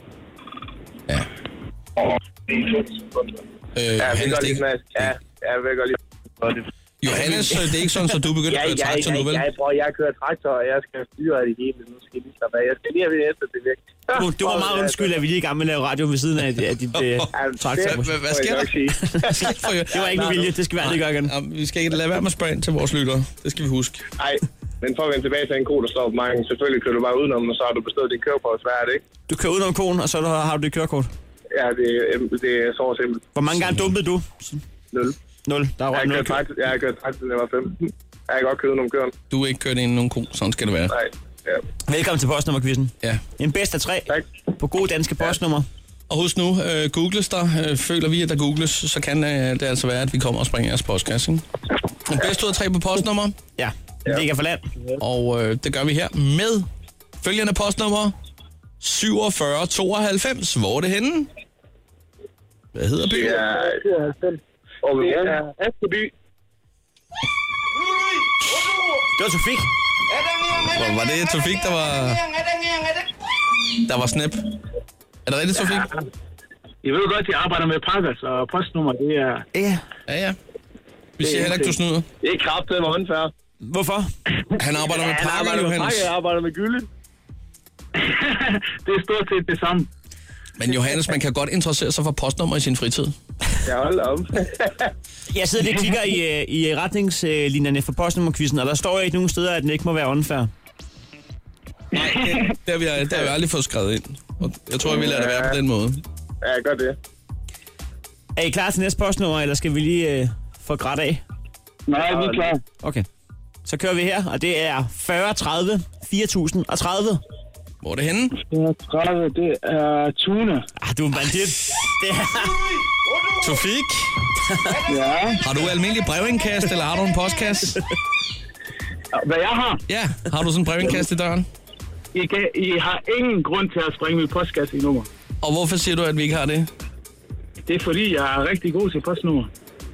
Ja. Åh, det er to sekunder. Øh, Ja, vi Johannes, gør det er lige ikke- smask. Ja, ja, vi gør lige smask. Johannes, øh, det er ikke sådan, at du begynder Ja, at køre ja, traktor ja, nu, vel? ja, bror, jeg kører traktor, og jeg skal styre af det hele. Nu skal jeg lige slappe af. Jeg skal lige have det efter det væk. Du, du var meget undskyld, at vi lige er i gang med at lave radio ved siden af, af dit øh, traktor. Hvad, hvad sker der? Hvad sker der for jer? Det var ikke med vilje, det skal vi aldrig gøre igen. Ja, vi skal ikke lade være med at spørge ind til vores lyttere. Det skal vi huske. Nej, men for at vende tilbage til en ko, der står på marken, selvfølgelig kører du bare udenom, og så har du bestået din køreprøve. Hvad er det, ikke? Du kører udenom konen, og så har du dit kørekort. Ja, det, er- det er så simpelt. Hvor mange gange dumpede du? Nul. Nul. Der er Jeg har rødt nul. kørt traktor, jeg har kørt traktor, siden jeg var femten. Jeg har godt kørt udenom køren. Du er ikke kørt ind i nogen ko. Sådan skal det være. Nej, ja. Velkommen til postnummerquizzen. Ja. En bedst af tre Tak. på gode danske postnummer. Og husk nu, øh, googles der. Øh, føler vi, at der googles, så kan øh, det altså være, at vi kommer og springer jeres postkasse. Ikke? Den bedste ud af tre på postnummer. Ja, det ligger for land. Og øh, det gør vi her med følgende postnummer. syvogfyrre tooghalvfems. Hvor er det henne? Hvad hedder byen? Det er... Og det er Askeby. Det var Sofik. Var, var det Tofik, der var... Der var snap? Er det rigtigt, Tofik? Jeg ved godt, at jeg arbejder med pakker, så postnummer, det er... Ja. Ja, ja. Vi siger heller ikke, du snyder. Det er kraftigt med håndfærd. Hvorfor? Han arbejder med Han pakker, arbejder med Johannes. pakker, jeg arbejder med gylde. Det er stort set det samme. Men Johannes, man kan godt interessere sig for postnummer i sin fritid. Jeg holder om. Jeg sidder lige og kigger i, øh, i retningslinjerne for postnummerquizzen, og der står ikke nogen steder, at den ikke må være unfair. Nej, det, det, har vi, det har vi aldrig fået skrevet ind. Og jeg tror, jeg vil lade det være på den måde. Ja, jeg gør det. Er I klar til næste postnummer, eller skal vi lige øh, få grædt af? Nej, vi er klar. Okay. Så kører vi her, og det er fyrre tredive fire tusind og tredive. Hvor er det henne? tredive, det er Tune. Ah, du er en bandit. Det er... Tofik? Ja. Har du almindelig brevindkast, eller har du en postkasse? Hvad jeg har? Ja, har du sådan en brevindkast i døren? I, kan, I har ingen grund til at springe mit postkasse i nummer. Og hvorfor siger du, at vi ikke har det? Det er fordi, jeg er rigtig god til postnummer.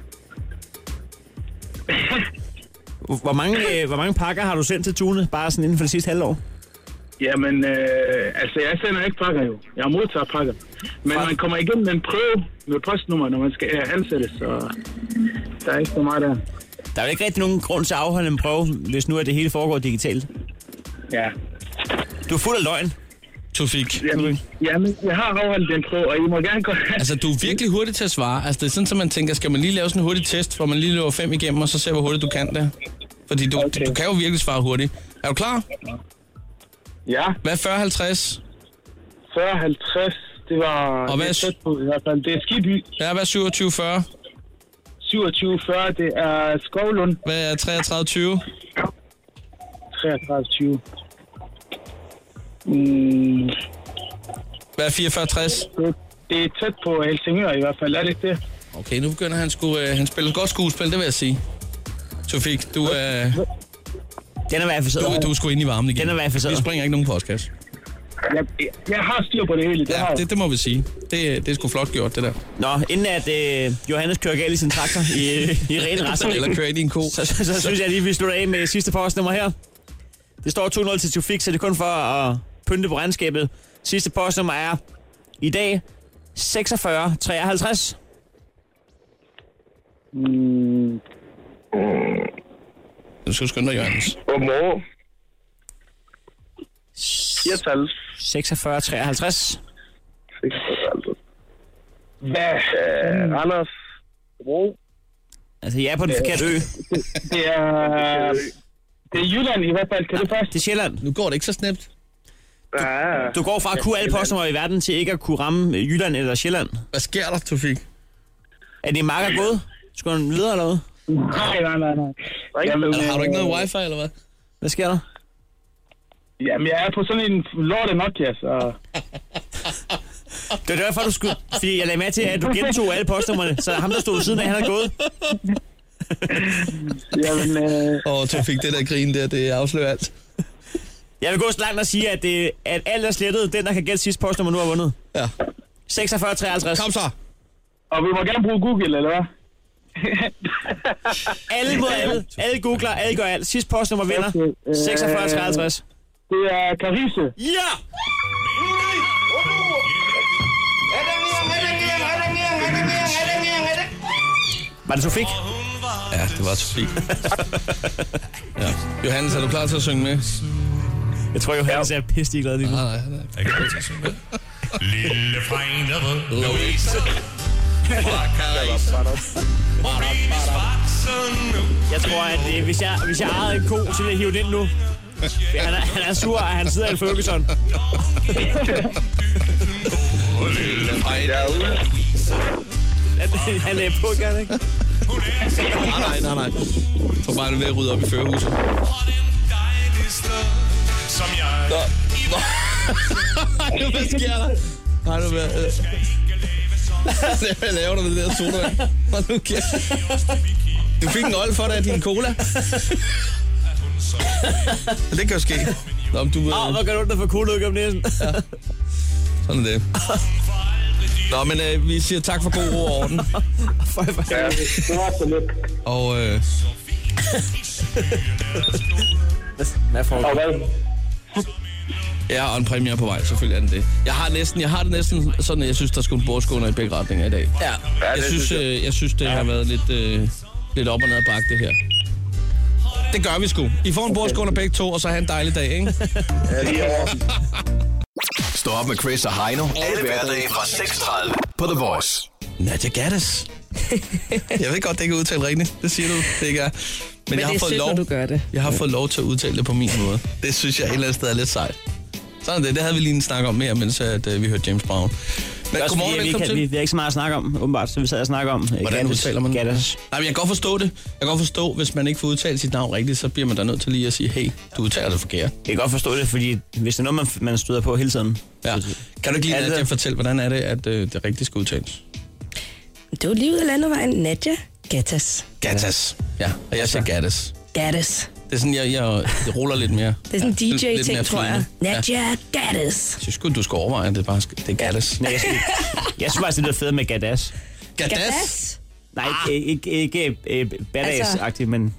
Hvor mange, øh, hvor mange pakker har du sendt til Tune, bare sådan inden for det sidste halvår? Jamen, øh, altså jeg sender ikke pakker jo. Jeg modtager pakker. Men man kommer igennem med en prøve med postnummer, når man skal øh, ansættes, så der er ikke så meget der. Der er jo ikke rigtig nogen grund til at afholde en prøve, hvis nu er det hele foregår digitalt. Ja. Du er fuld af løgn. Tofik. Jamen, jamen, jeg har afholdt den prøve, og I må gerne gå... Altså, du er virkelig hurtig til at svare. Altså, det er sådan, at man tænker, skal man lige lave sådan en hurtig test, hvor man lige løber fem igennem, og så ser, hvor hurtigt du kan det. Fordi du, okay. du kan jo virkelig svare hurtigt. Er du klar? Ja. Hvad er fyrre halvtreds? fyrre halvtreds, det var... Og hvad er... Det er, på, i hvert fald. Det er Skiby. Ja, hvad er syvogtyve fyrre? syvogtyve fyrre, det er Skovlund. Hvad er treogtredive tyve? treogtredive tyve. Mm, Hvad er fireogfyrre tres? det, det er tæt på Helsingør i hvert fald, er det ikke det? Okay, nu begynder han sgu... Øh, han spiller godt skuespil, det vil jeg sige. Tofik, du er... Øh, Den er i hvert fald du, du er sgu inde i varmen igen. Den er i hvert fald Vi springer ikke nogen postkasse. Jeg, jeg har styr på det hele, det Ja, har det, det må vi sige. Det, det er sgu flot gjort, det der. Nå, inden at øh, Johannes kører galt i sin traktor i, i ren resten, Eller kører i din ko. så, så, så synes jeg lige, vi slutter af med sidste postnummer her. Det står to nul til Tofik, så det er kun for at pynte på regnskabet. Sidste postnummer er i dag seksogfyrre treoghalvtreds. Mm. Du skal skynde dig, Johannes. Godmorgen. fireogtal. seksogfyrre treoghalvtreds. seksogfyrre. Hvad? Øh, Randers. Bro. Altså, jeg er på den forkerte ø. Det er... Det er Jylland i hvert fald. Kan du først? Det er Sjælland. Nu går det ikke så snemt. Du, du går fra at kunne alle postnumre i verden til ikke at kunne ramme Jylland eller Sjælland. Hvad sker der, Tofik? Er det marker gået? Skal du videre eller hvad? Nej, nej, nej, nej. Jamen, eller har du ikke noget wifi, eller hvad? Hvad sker der? Jamen, jeg er på sådan en lorte Nokia, så... Det er derfor, du skulle... Fordi jeg lagde med til, at du gentog alle postnummerne, så ham, der stod ved siden af, han er gået. Jamen, øh... Åh, Tofik, det der grin der, det afslører alt. Jeg vil gå så langt og sige, at, det, at alt er slettet. Den, der kan gætte sidste postnummer, nu har vundet. Ja. seksogfyrre treoghalvtreds. Kom så. Og vi må gerne bruge Google, eller hvad? Alle mod alle. Alle googler, alle gør alt. Sidste postnummer vinder. seksogfyrre treoghalvtreds. Det er Carise. Ja! Var det Tofik? Ja, det var Tofik. Ja. Johannes, er du klar til at synge med? Jeg tror, Johannes er pisselig glad lige nu. Nej, nej, nej. Jeg kan ikke til at synge med. Lille fregnede Louise. Jeg tror, at øh, hvis, jeg, hvis jeg ejede en ko, så ville jeg hive den ind nu. Han er, han er sur, og han sidder i Ferguson. Han, han er på, gør det ikke? Nej, nej, nej, nej. Jeg tror bare, han er ved at rydde op i førerhuset. Nå. Nå. Hvad sker der? Nej, nu hvad... Hvad laver du med det der sodavand? Hold nu kæft. Du fik en old for dig af din cola. Det kan jo ske. Nå, du... Åh, oh, hvor gør du ondt at få cola ud gennem næsen? Ja. Sådan er det. Nå, men øh, vi siger tak for god ro og orden. Ja, det var så lidt. Og... Øh... Hvad får du? Ja, og en premiere på vej, selvfølgelig er den det. Jeg har næsten, jeg har det næsten sådan, at jeg synes, der skulle en bordskåner i begge retninger i dag. Ja. Jeg synes, øh, jeg synes det har været lidt, øh, lidt op og ned bakke, det her. Det gør vi sgu. I får en bordskåner begge to, og så have en dejlig dag, ikke? Ja, lige over. Stå op med Chris og Heino. Alle hverdage fra seks tredive på The Voice. Nadia Gattes. Jeg ved godt, det ikke er udtalt rigtigt. Det siger du, det ikke er. Men, Men jeg har fået lov. Du gør det. Jeg har fået lov til at udtale det på min måde. Det synes jeg et eller andet sted er lidt sejt. Sådan det. Det havde vi lige en snak om mere, mens at, uh, vi hørte James Brown. Men godmorgen, vi, velkommen vi, til. Vi, vi har ikke så meget at snakke om, åbenbart, så vi sad og snakke om. Hvordan Gattes, udtaler man det? Nej, men jeg kan godt forstå det. Jeg kan godt forstå, hvis man ikke får udtalt sit navn rigtigt, så bliver man da nødt til lige at sige, hey, du udtaler det forkert. Jeg kan godt forstå det, fordi hvis det er noget, man, man støder på hele tiden. Ja. Kan du ikke lige, Nadia, fortælle, hvordan er det, at uh, det rigtigt skal udtales? Det var lige ud af landevejen. Nadia Gattes. Gattes. Ja, og jeg siger Gattes. Gattes. Det er sådan, jeg, jeg, jeg ruller lidt mere. Det er sådan en D J-ting, tror jeg. Nadia ja. Gattes. Jeg synes godt, du skal overveje, at det, bare skal, det er Gattes. Nej, jeg, synes, jeg synes faktisk, det er fedt med Gadas. Gadas? Nej, ikke, ikke, ikke badass-agtigt, altså, men...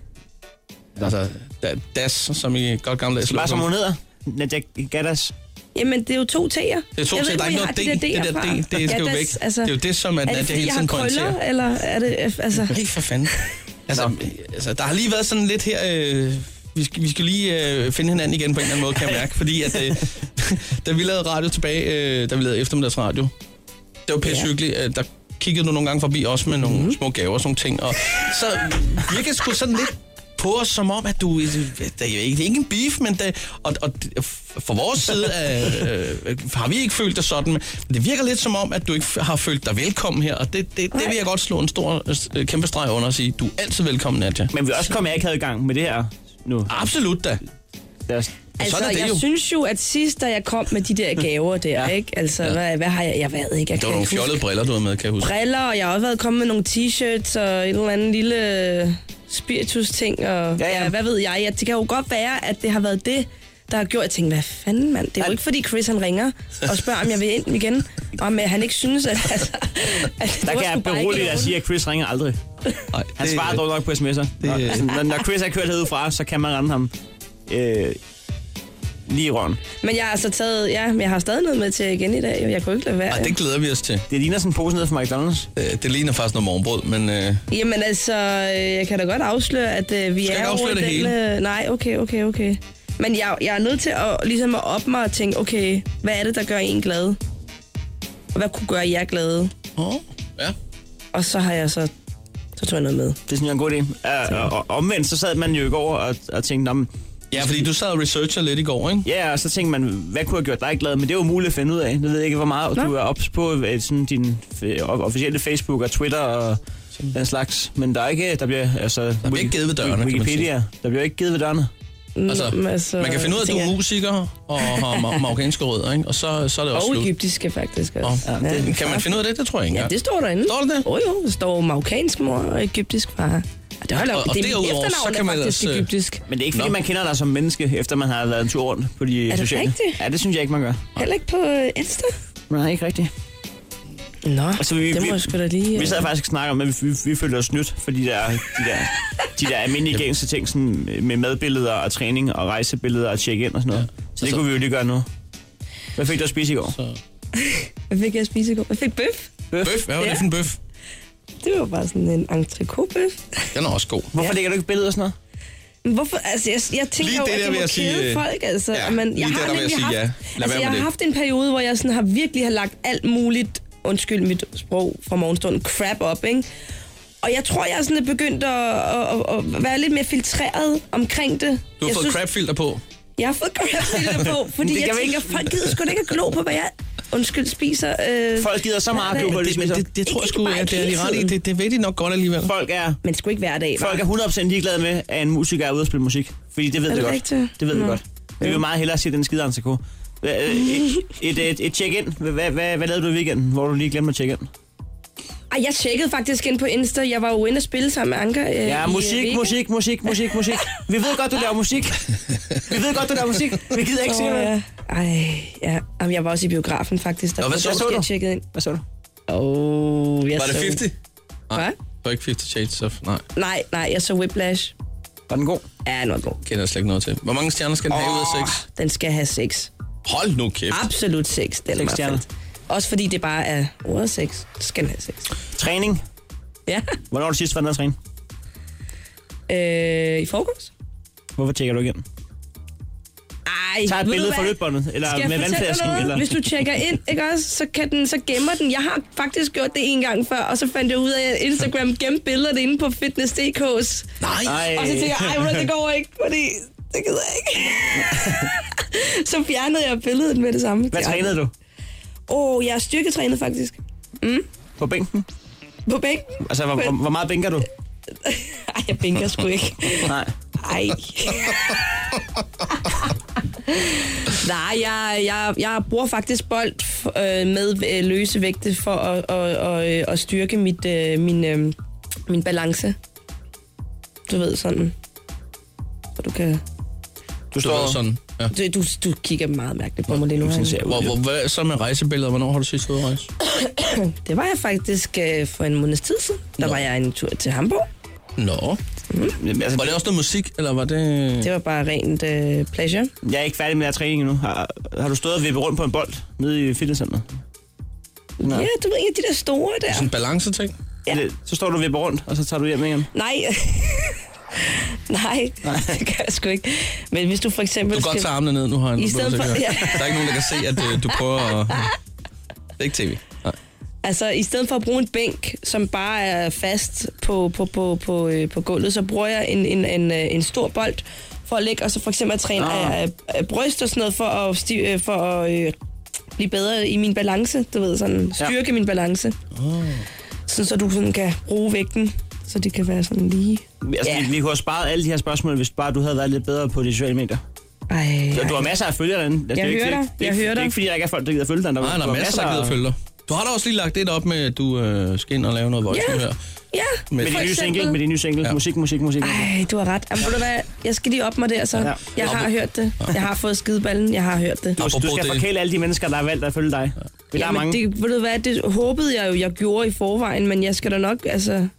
Altså, das, som i godt gammeldags. Bare som hun hedder. Nadia Gadas. Jamen, det er jo to T'er. Det er to T'er, der er ikke noget D. Det der D, det skal jo væk. Altså, det er jo det, som at Nadia hele tiden pointerer. Er det, fordi jeg har krøller, eller er det... Altså... Nej, for fanden. Altså, altså, der har lige været sådan lidt her... Øh, vi, skal, vi skal lige øh, finde hinanden igen på en eller anden måde, kan jeg mærke. Fordi at, øh, da vi lavede radio tilbage, øh, da vi lavede eftermiddagsradio, det var pisse hyggeligt. Øh, der kiggede du nogle gange forbi også med nogle mm. små gaver og sådan ting. Og så virkede sgu sådan lidt på os, som om, at du... Det er ikke en beef, men det, og, og for vores side øh, har vi ikke følt det sådan, men det virker lidt som om, at du ikke har følt dig velkommen her, og det, det, det vil jeg godt slå en stor, kæmpe streg under og sige, du er altid velkommen, Nadia. Men vi også kommer ikke havde i gang med det her nu. Absolut da. Altså, det jeg jo. synes jo, at sidst, da jeg kom med de der gaver der, ja. ikke? Altså, ja. hvad, hvad har jeg... Jeg ved ikke, jeg det var nogle fjollede briller, du havde med, kan jeg huske. Briller, og jeg har også været kommet med nogle t-shirts og en eller anden lille spiritus-ting, og ja, ja. Ja, hvad ved jeg. Det kan jo godt være, at det har været det, der har gjort, at jeg tænkte, hvad fanden, mand? Det er jo ikke, fordi Chris han ringer og spørger, om jeg vil ind igen, og om han ikke synes, at... Altså, at der kan jeg beroligt at sige, at Chris ringer aldrig. Nej, han det, svarer dog nok på sms'er. Det, når, når Chris er kørt herudefra, så kan man rende ham... Øh, lige i røven. Men jeg har altså taget, ja, men jeg har stadig noget med til igen i dag. Jeg kunne ikke lade være. Ej, det glæder vi os til. Det ligner sådan en pose ned fra McDonald's. Øh, det ligner faktisk noget morgenbrød, men... Øh... Jamen altså, jeg kan da godt afsløre, at øh, vi Skal er over den... hele? Øh, nej, okay, okay, okay. Men jeg, jeg er nødt til at, ligesom at op mig og tænke, okay, hvad er det, der gør en glad? Og hvad kunne gøre jer glade? Oh, ja. Og så har jeg så... Så tog jeg noget med. Det synes jeg er en god idé. Uh, og, og omvendt, så sad man jo i går og, og tænkte, om... Ja, fordi du sad og researcher lidt i går, ikke? Ja, og så tænkte man, hvad kunne have gjort dig glad? Men det er jo muligt at finde ud af. Jeg ved ikke, hvor meget Nå. du er ops på sådan din officielle Facebook og Twitter og den slags. Men der er ikke... Der bliver, altså, der bliver ikke givet ved dørene, Wikipedia. Der bliver ikke givet ved dørene. Altså, Nå, altså, man kan finde ud af, at du er musiker og har marokkanske rødder, ikke? Og så, så er det også og slut. egyptiske, faktisk. Oh, ja, det, kan man finde ud af det? Det tror jeg ikke. Ja, det står derinde. Står det det? Oh, jo, der står marokkansk mor og egyptisk far. Det holder op. Og, og det er derudover, så kan man faktisk ellers... egyptisk. Men det er ikke, fordi Nå. man kender dig som menneske, efter man har været en tur rundt på de er sociale. Er det rigtigt? Ja, det synes jeg ikke, man gør. Heller ikke på Insta? Nej, ikke rigtigt. Nå, altså, vi, det må jeg sgu da lige... Vi sad faktisk og snakkede om, at vi, vi, vi følte os snydt for de der, de der, de der almindelige gængse ting, sådan med madbilleder og træning og rejsebilleder og check-in og sådan noget. Ja. Så det så, kunne vi jo lige gøre nu. Hvad fik du at spise i går? Så... Hvad fik jeg at spise i går? Jeg fik bøf. Bøf? Bøf? Hvad var ja. det for en bøf? Det var bare sådan en entrecôte-bøf. Den er også god. Hvorfor ja. lægger du ikke billeder og sådan noget? Hvorfor? Altså, jeg, jeg tænker jo, at det må kede sige, folk, altså. Ja, men jeg har nemlig haft, ja. altså, jeg har det. haft en periode, hvor jeg sådan har virkelig har lagt alt muligt, undskyld mit sprog fra morgenstunden, crap op, ikke? Og jeg tror, jeg er sådan begyndt at, at, at være lidt mere filtreret omkring det. Du har jeg fået synes, crap-filter på? Jeg har fået crap-filter på, fordi jeg tænker, ikke... folk gider sgu da ikke at glo på, hvad jeg... Undskyld, spiser... Øh, folk gider så meget at glo på, det, det, det, det tror jeg sgu, at det er de ret i. Det, det ved de nok godt alligevel. Folk er... Men sgu ikke hver dag, Folk er hundrede procent ligeglade med, at en musiker er ude at spille musik. Fordi det ved er vi det godt. Rigtigt? Det ved Nå. vi godt. Vi vil meget hellere se den skide entrecôte. Et, et, et, et check-in. Hvad, hvad, hvad lavede du i weekenden, hvor du lige glemte at check-in? Ej, jeg tjekkede faktisk ind på Insta. Jeg var jo inde og spille sammen med Anker. Øh, ja, musik, i, musik, musik, musik, musik. Vi ved godt, du laver musik. Vi ved godt, du laver musik. Vi gider ikke se det. Ej, ja. Jamen, jeg var også i biografen, faktisk. Der Nå, hvad så, så du? Jeg tjekkede ind. Hvad så du? Oh, jeg var det halvtreds? Hvad? Nej, det var ikke halvtreds Shades of... Nej. Nej, nej, jeg så Whiplash. Var den god? Ja, den var god. Kender jeg slet ikke noget til. Hvor mange stjerner skal den oh, have ud af seks? Den skal have seks. Hold nu kæft. Absolut seks. Den seks stjerner. Også fordi det bare er ordet seks. Så skal den have seks. Træning? Ja. Hvornår har du sidst været nede at træne? Øh, I forgårs. Hvorfor tjekker du igen? Ej, tag et billede fra løbebåndet, eller med vandflasken. Eller? Hvis du tjekker ind, ikke også, så, kan den, så gemmer den. Jeg har faktisk gjort det en gang før, og så fandt jeg ud af, at Instagram gemte billeder inde på fitness punktum d k's. Nej. Og så tænkte jeg, ej, det går ikke, fordi det gider jeg ikke. Så fjernede jeg billedet med det samme. Hvad trænede du? Åh, oh, jeg er styrketrænet faktisk. Mm. På bænken? På bænken. Altså, hvor, hvor, hvor meget bænker du? Ej, jeg bænker sgu ikke. Nej. Ej. Nej, jeg, jeg, jeg bruger faktisk bold øh, med øh, løse vægte for at, og, og, at styrke mit, øh, min, øh, min balance. Du ved, sådan. Så du kan... Du står sådan, ja. Du, du, du kigger meget mærkeligt på mig lige nu. Hvor, hvor, hvad så med rejsebilleder? Hvornår har du sidst ude at rejse? Det var jeg faktisk øh, for en måneds tid siden. Der Nå. var jeg en tur til Hamburg. Nå. Mm. Altså, var det også noget musik, eller var det... Det var bare rent øh, pleasure. Jeg er ikke færdig med at træning endnu. Har, har du stået og vippet rundt på en bold nede i fitnesscenteret? Ja, du ved en af de der store der. Sådan en balance-ting? Ja. Det, så står du og vipper rundt, og så tager du hjem igen? Nej. Nej, Nej, det kan jeg sgu ikke. Men hvis du for eksempel... Du kan godt tage armene ned nu, har I stedet for... Ja. Der er ikke nogen, der kan se, at uh, du prøver at... Det er ikke tv. Nej. Altså, i stedet for at bruge en bænk, som bare er fast på, på, på, på, øh, på gulvet, så bruger jeg en, en, en, en stor bold for at lægge, og så for eksempel at træne af, af bryst og sådan noget, for at, stiv, for at øh, blive bedre i min balance, du ved, sådan styrke ja. min balance. Oh. Sådan, så du sådan kan bruge vægten, så det kan være sådan lige... Altså, ja. vi, vi kunne have sparet alle de her spørgsmål, hvis bare du havde været lidt bedre på de sociale medier. Ej, du, du har masser af følgere derinde. Altså, jeg hører dig, jeg hører dig. Det er ikke fordi, der ikke er folk, der gider følge dig. Nej, der er masser, der gider følge dig. Du har da også lige lagt det op med, at du øh, skal ind og lave noget voice ja. her. Ja, med de nye single, med de nye single. Ja. Musik, musik, musik. Ej, du har ret. Jamen, ved du hvad? Jeg skal lige op mig der, så. Ja. Jeg har hørt det. Jeg har fået skideballen. Jeg har hørt det. Du, du skal forkæle alle de mennesker, der har valgt at følge dig. Ja, men det, ved du hvad? Det håbede jeg jo, jeg gjorde i forvejen, men jeg skal da nok, altså...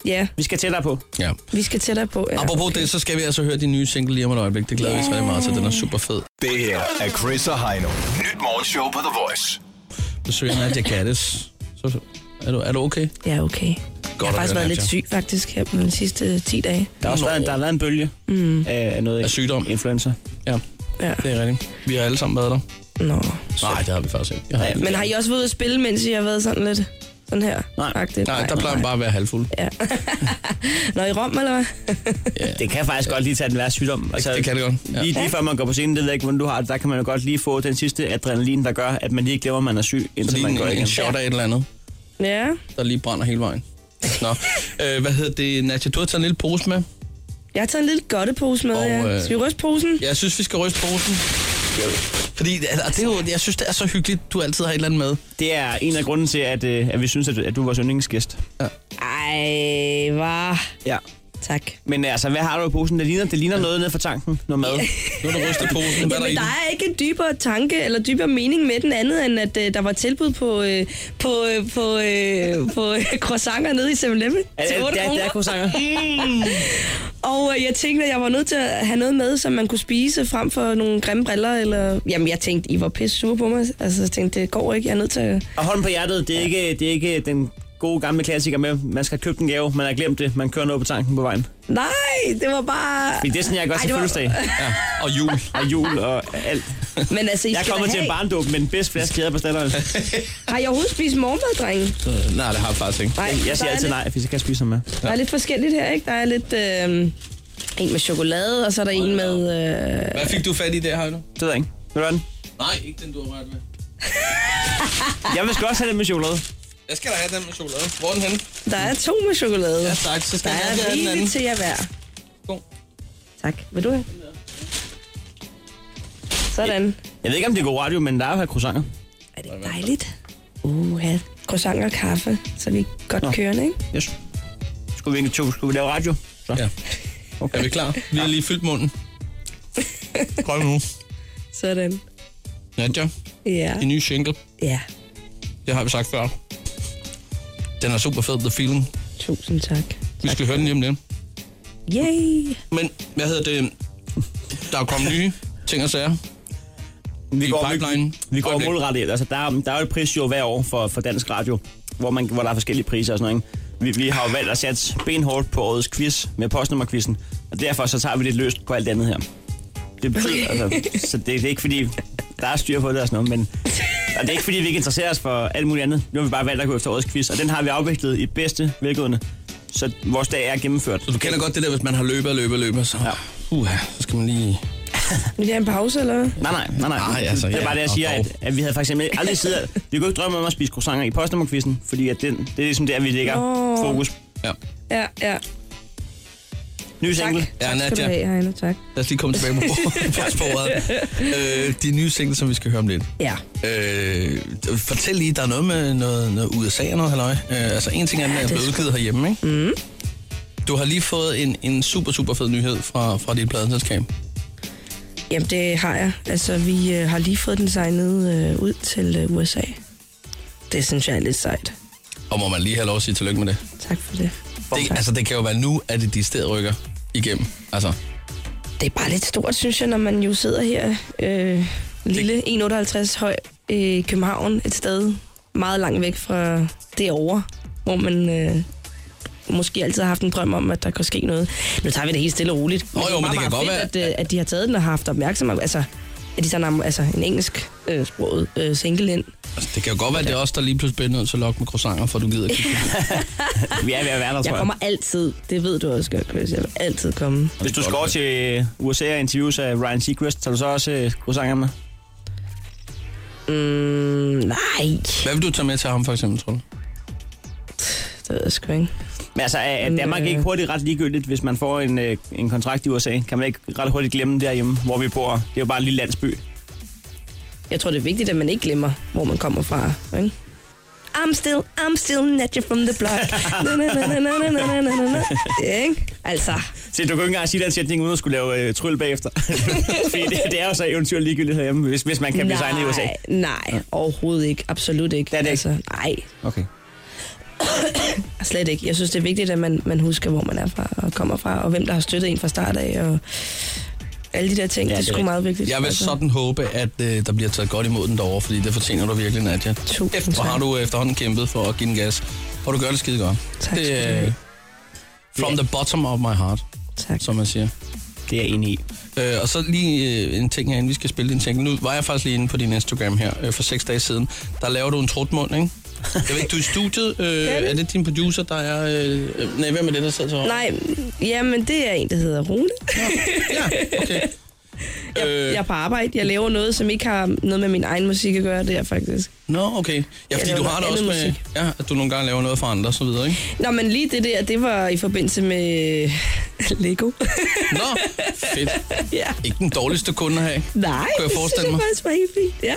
Ja. Vi skal tættere på. Ja. Vi skal tættere på, ja. Apropos okay. det, så skal vi altså høre din nye single lige om et øjeblik. Det glæder vi yeah. os meget til. Den er super fed. Det her er Chris og Heino. Nyt morgenshow på The Voice. Besøger Nadia Gattes. Så er du, er du okay? Ja, okay. Godt jeg har faktisk været Nadia. lidt syg faktisk her på de sidste ti dage. Der har også været, der har været en bølge mm. af noget af sygdom. Influenza. Ja. ja, det er rigtigt. Vi har alle sammen været der. Nå. Nej, det har vi faktisk ikke. Ja, men har I også været ude at spille, mens I har været sådan lidt sådan her? Nej, Agtigt? nej der plejer man bare at være halvfuld. Ja. Nå, i Rom, eller hvad? Ja. Det kan faktisk godt lige tage den værste sygdom. Altså, det kan det godt. Ja. Lige, lige før man går på scenen, det ved jeg ikke, hvordan du har det, der kan man jo godt lige få den sidste adrenalin, der gør, at man lige glemmer, at man er syg, indtil så man en, går igen. en shot af et eller andet. Ja. Der lige brænder hele vejen. Nå, øh, hvad hedder det, Nadia? Du har taget en lille pose med. Jeg har taget en lille godtepose med, og, ja. øh, Skal vi ryste posen? Jeg synes, vi skal ryste posen. Fordi altså, det er jo, jeg synes, det er så hyggeligt, du altid har et eller andet med. Det er en af grunden til, at, at vi synes, at, at du var vores yndlingsgæst. Ja. Ej, hvad? Ja. Tak. Men altså, hvad har du i posen? Det ligner, det ligner noget ned fra tanken. Noget mad. Nu er du rystet posen. Hvad er der i der er ikke en dybere tanke eller dybere mening med den andet, end at uh, der var tilbud på, uh, på, uh, på, uh, på uh, croissanter nede i seven eleven. Ja, det er, det er croissanter. Mm. Og uh, jeg tænkte, at jeg var nødt til at have noget med, som man kunne spise frem for nogle grimme briller. Eller... Jamen, jeg tænkte, I var pisse sure på mig. Altså, jeg tænkte, det går ikke. Jeg er nødt til at... Og hånden på hjertet, det er, ikke, det er ikke den gode gamle klassiker med, man skal købe en gave, man har glemt det, man kører noget på tanken på vejen. Nej, det var bare... Fordi det er sådan, jeg godt til fødselsdag. Var... Ja, og jul. Og jul og alt. Men altså, I jeg er kommet til have... en barndåb med den bedste flaske jæder på stalleren. Har I overhovedet spist morgenmad, drenge? Uh, nej, det har jeg faktisk ikke. Nej, jeg siger altid lidt... nej, hvis jeg kan spise med. Der er lidt forskelligt her, ikke? Der er lidt... Øh... En med chokolade, og så er der oh, en med... Øh... Hvad fik du fat i der, Heino? Det ved jeg ikke. Vil du have den? Nej, ikke den, du har rørt med. Jeg vil sgu også have den med chokolade. Jeg skal da have den med chokolade. Hvor er den henne? Der er to med chokolade. Ja, tak. Så skal der jeg er have den anden. til jer hver. God. Tak. Vil du have? Sådan. Jeg ved ikke, om det er god radio, men der er jo her croissanter. Er det dejligt? Uh, ja. Croissanter og kaffe, så vi er godt Nå. kørende, ikke? Yes. Skulle vi egentlig to? Skulle vi lave radio? Så. Ja. Okay. Er vi klar? Vi har lige fyldt munden. Prøv nu. Sådan. Nadia, ja. din nye single. Ja. Det har vi sagt før. Den er super fed, The Feeling. Tusind tak. Vi skal tak. høre den lige om lidt. Yay! Men, hvad hedder det? Der er kommet nye ting og sager. Vi går, pipeline. Vi, vi går målrettet. Altså, der, er, der er jo et prisshow hver år for, for dansk radio, hvor, man, hvor der er forskellige priser og sådan noget. Vi, vi har jo valgt at sætte benhårdt på årets quiz med postnummerquizzen, og derfor så tager vi lidt løst på alt andet her. Det betyder, altså, så det, det er ikke fordi, der er styr på det og sådan noget, men og det er ikke fordi, vi ikke interesserer os for alt muligt andet. Nu har vi bare valgt at gå efter årets quiz, og den har vi afviklet i bedste velgående, så vores dag er gennemført. Så du kender godt det der, hvis man har løbet og løbet og løbet, så, ja. uha, så skal man lige... Vil det have en pause, eller hvad? Nej, nej, nej, nej. Ej, altså, det er ja, bare det, jeg siger, at, at vi havde faktisk aldrig siddet... Vi kunne ikke drømme om at spise croissanter i postnummerquizzen, fordi at det, det er ligesom der, vi lægger oh. fokus. Ja. Ja, ja. Ny single. Ja, tak Nadia. skal du have, Heino, tak. Lad os lige komme tilbage på sporet. øh, de nye single, som vi skal høre om lidt. Ja. Øh, fortæl lige, der er noget med noget, noget U S A og noget, halløj. Øh, altså, en ting er, at den er udgivet herhjemme, ikke? Mm. Du har lige fået en, en super, super fed nyhed fra, fra dit pladeselskab. Jamen, det har jeg. Altså, vi øh, har lige fået den signet øh, ud til øh, U S A. Det synes jeg er lidt sejt. Og må man lige have lov at sige tillykke med det? Tak for det. det altså, det kan jo være nu, at det de steder rykker igennem. Altså. Det er bare lidt stort, synes jeg, når man jo sidder her øh, lille en komma otteoghalvtreds høj i København. Et sted meget langt væk fra derovre, hvor man... Øh, måske altid har haft en drøm om, at der kan ske noget. Nu tager vi det helt stille og roligt. Men, oh, jo, men det kan godt være... At, at de har taget den og har haft opmærksomhed. Altså, at de sådan altså, en engelsk øh, sproget øh, single ind. Altså, det kan jo godt være, at det er os, der lige pludselig bliver nødt til at lokke med croissanter, for du gider kigge. Vi er ved at være der, tror jeg. Jeg kommer altid. Det ved du også godt, Chris. Jeg vil altid komme. Hvis du skal over til U S A og interviews af Ryan Seacrest, tager du så også øh, croissanter med? Mm, nej. Hvad vil du tage med til ham, for eksempel, tror du? Det ved jeg sgu ikke. Men altså, er Danmark ikke hurtigt ret ligegyldigt, hvis man får en, øh, en kontrakt i U S A? Kan man ikke ret hurtigt glemme derhjemme, hvor vi bor? Det er jo bare en lille landsby. Jeg tror, det er vigtigt, at man ikke glemmer, hvor man kommer fra. Ikke? I'm still, I'm still Nadia from the block. na, na, na, na, na, na, na, na, na. Ikke? Altså. Så du kan ikke engang sige den sætning, uden at skulle lave øh, trylle bagefter. Fordi det, det er jo så eventyrligt ligegyldigt herhjemme, hvis, hvis man kan blive signet i U S A. Nej, overhovedet ikke. Absolut ikke. Det er det altså, ikke? Nej. Okay. Slet ikke. Jeg synes, det er vigtigt, at man, man husker, hvor man er fra og kommer fra, og hvem der har støttet en fra start af, og alle de der ting. Ja, det er sgu meget vigtigt. Jeg vil altså. sådan håbe, at øh, der bliver taget godt imod den derovre, fordi det fortjener du virkelig, Nadia. Tusind tak. Har du efterhånden kæmpet for at give den gas, og du gør det skide godt. Tak det er øh, from the bottom of my heart, tak. Som man siger. Det er jeg enig i. Øh, og så lige øh, en ting herinde, vi skal spille din ting. Nu var jeg faktisk lige inde på din Instagram her øh, for seks dage siden. Der laver du en trutmund, ikke? Jeg ved ikke, du er i studiet. Øh, er det din producer, der er... Øh, nej, hvem er det, der sidder til højre? Nej, jamen det er en, der hedder Rune. Ja, ja okay. Jeg, jeg er på arbejde. Jeg laver noget, som ikke har noget med min egen musik at gøre, det er faktisk. Nå, okay. Ja, fordi du har det også med, musik. Ja, at du nogle gange laver noget for andre og så videre, ikke? Nå, men lige det der, det var i forbindelse med Lego. Nå, fedt. Ja. Ikke den dårligste kunde at have. Nej, kan jeg forestille mig. Det faktisk var helt fint, ja.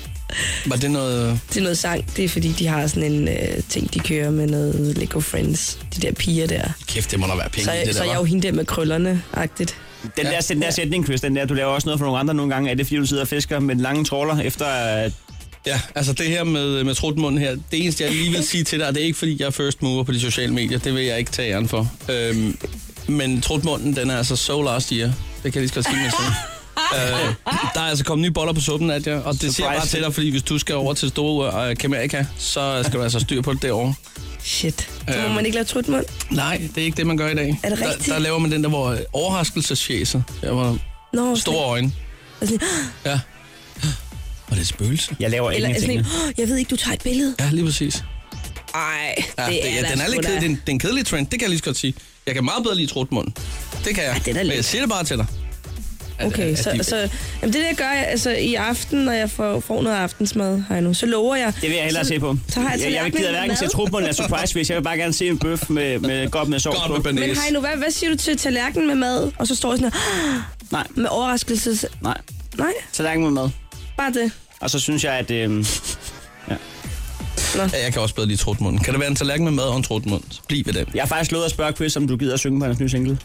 Var det noget... Det er noget sang. Det er fordi, de har sådan en øh, ting, de kører med noget Lego Friends. De der piger der. Kæft, det må der være penge så, i det så der, Så jeg er jo hende der med krøllerne-agtigt. Den, ja. der, den der sætning, Chris, den der, du laver også noget for nogle andre nogle gange. Er det fordi, du sidder og fisker med lange tråler efter... At... Ja, altså det her med, med trutmunden her, det eneste, jeg lige vil sige til dig, det er ikke fordi, jeg er first mover på de sociale medier. Det vil jeg ikke tage æren for. Øhm, men trutmunden, den er altså so last year. Det kan jeg lige skal sige med sådan. øh, der er altså kommet nye boller på suppen, Nadia, og det Surprise. Siger jeg bare til dig, fordi hvis du skal over til store uh, Amerika, så skal du altså styr på det derovre. Shit. Så må øhm, man ikke lave trutmund? Nej, det er ikke det, man gør i dag. Er det rigtigt? Der, der laver man den der, hvor overraskelsesfjæset. Der var Nå, store øjne. Altså, ja. Og det er spøgelse. Jeg laver eller, ingenting. Altså, jeg ved ikke, du tager et billede. Ja, lige præcis. Ej, ja, det, det er, den er lidt kedelig. Det, det er en kedelig trend, det kan jeg lige så godt sige. Jeg kan meget bedre lide trutmunden. Det kan jeg. Ja, men jeg siger det bare til dig. Okay, at, så, de... så jamen det der gør jeg altså i aften, når jeg får, får noget aftensmad her nu, så lover jeg. Det vil jeg hellere så, se på. Så har jeg, jeg, jeg vil gider hverken se trutmunden eller surprise fish. Jeg vil bare gerne se en bøf med, med godt med sovs på. Men hej nu, hvad, hvad siger du til tallerken med mad? Og så står jeg sådan her, nej. Med overraskelse. Nej. Nej? Tallerken med mad. Bare det. Og så synes jeg, at... Øh, ja. Ja, jeg kan også bedre lide trutmunden. Kan det være en tallerken med mad og en trutmund? Så bliv ved den. Jeg har faktisk lovet at spørge Chris, om du gider at synge på hans nye single.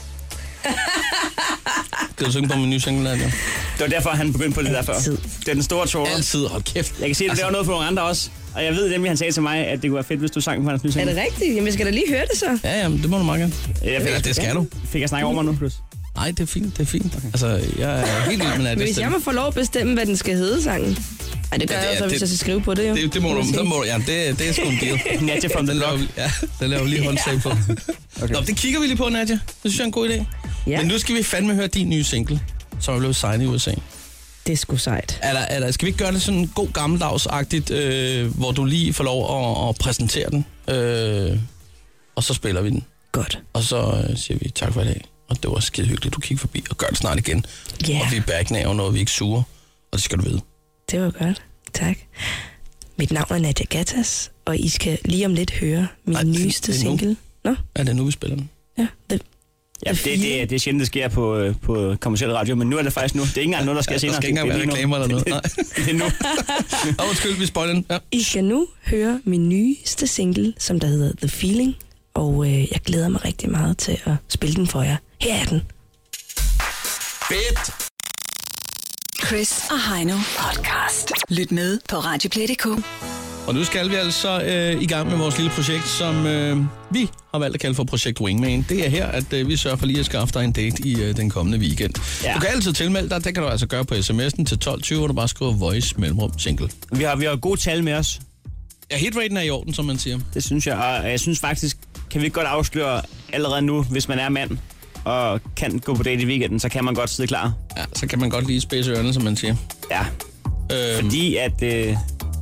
Kan du synge på min nye single, Nadia? Det var derfor, han begyndte på det der før. Det er den store tårer. Altid, hold kæft. Jeg kan se, at du laver noget for nogle andre også. Og jeg ved nemlig, han sagde til mig, at det kunne være fedt, hvis du sang på hans nye single. Er det rigtigt? Jamen, jeg skal da lige høre det så. Ja, jamen, det må du meget gerne. Ja, ja, det skal du. Fik jeg snakke over mig nu, Chris? Nej, det er fint, det er fint. Okay. Altså, jeg er helt vild med Nadia. Men hvis jeg må få lov at bestemme, hvad den skal hedde, sangen. Ej, det gør ja, det, jeg så, hvis det, jeg skal skrive på det, jo. Det, det må du, så må du, ja, det, det er sgu en deal. Nadia from the block. Ja, den laver vi lige håndsag på. Okay. Nå, det kigger vi lige på, Nadia. Det synes jeg er en god idé. Ja. Men nu skal vi fandme høre din nye single, som er blevet signet i U S A. Det er sgu sejt. Er der, er der, skal vi ikke gøre det sådan god gammeldagsagtigt, øh, hvor du lige får lov at, at præsentere den, øh, og så spiller vi den. Godt. Og så øh, siger vi tak for i dag, og det var skide hyggeligt, du kigger forbi, og gør det snart igen. Yeah. Og vi er back now, når vi ikke suger, og det skal du vide. Det var godt. Tak. Mit navn er Nadia Gattas, og I skal lige om lidt høre min Ej, nyeste det single. Nå? Ja, det er nu, vi spiller den. Ja, det, ja det, det, det, det er sjældent, det sker på, på kommerciel radio, men nu er det faktisk nu. Det er ikke engang noget, der sker senere. Der skal ikke engang være reklamer eller noget. Nej. Det er nu. Og undskyld, vi spoiler den. Ja. I skal nu høre min nyeste single, som der hedder The Feeling, og øh, jeg glæder mig rigtig meget til at spille den for jer. Her er den. Fedt! Chris og Heino podcast. Lyt med på radioplay punktum d k. Og nu skal vi altså øh, i gang med vores lille projekt, som øh, vi har valgt at kalde for Projekt Wingman. Det er her, at øh, vi sørger for lige at skaffe dig en date i øh, den kommende weekend. Ja. Du kan altid tilmelde dig. Det kan du altså gøre på sms'en til tolv tyve, hvor du bare skriver voice mellemrum single. Vi har, vi har gode tal med os. Ja, hitraten er i orden, som man siger. Det synes jeg, og jeg synes faktisk, kan vi ikke godt afsløre allerede nu, hvis man er mand og kan gå på date i weekenden, så kan man godt sidde klar. Ja, så kan man godt lige spidse ørerne, som man siger. Ja, øhm. fordi at øh,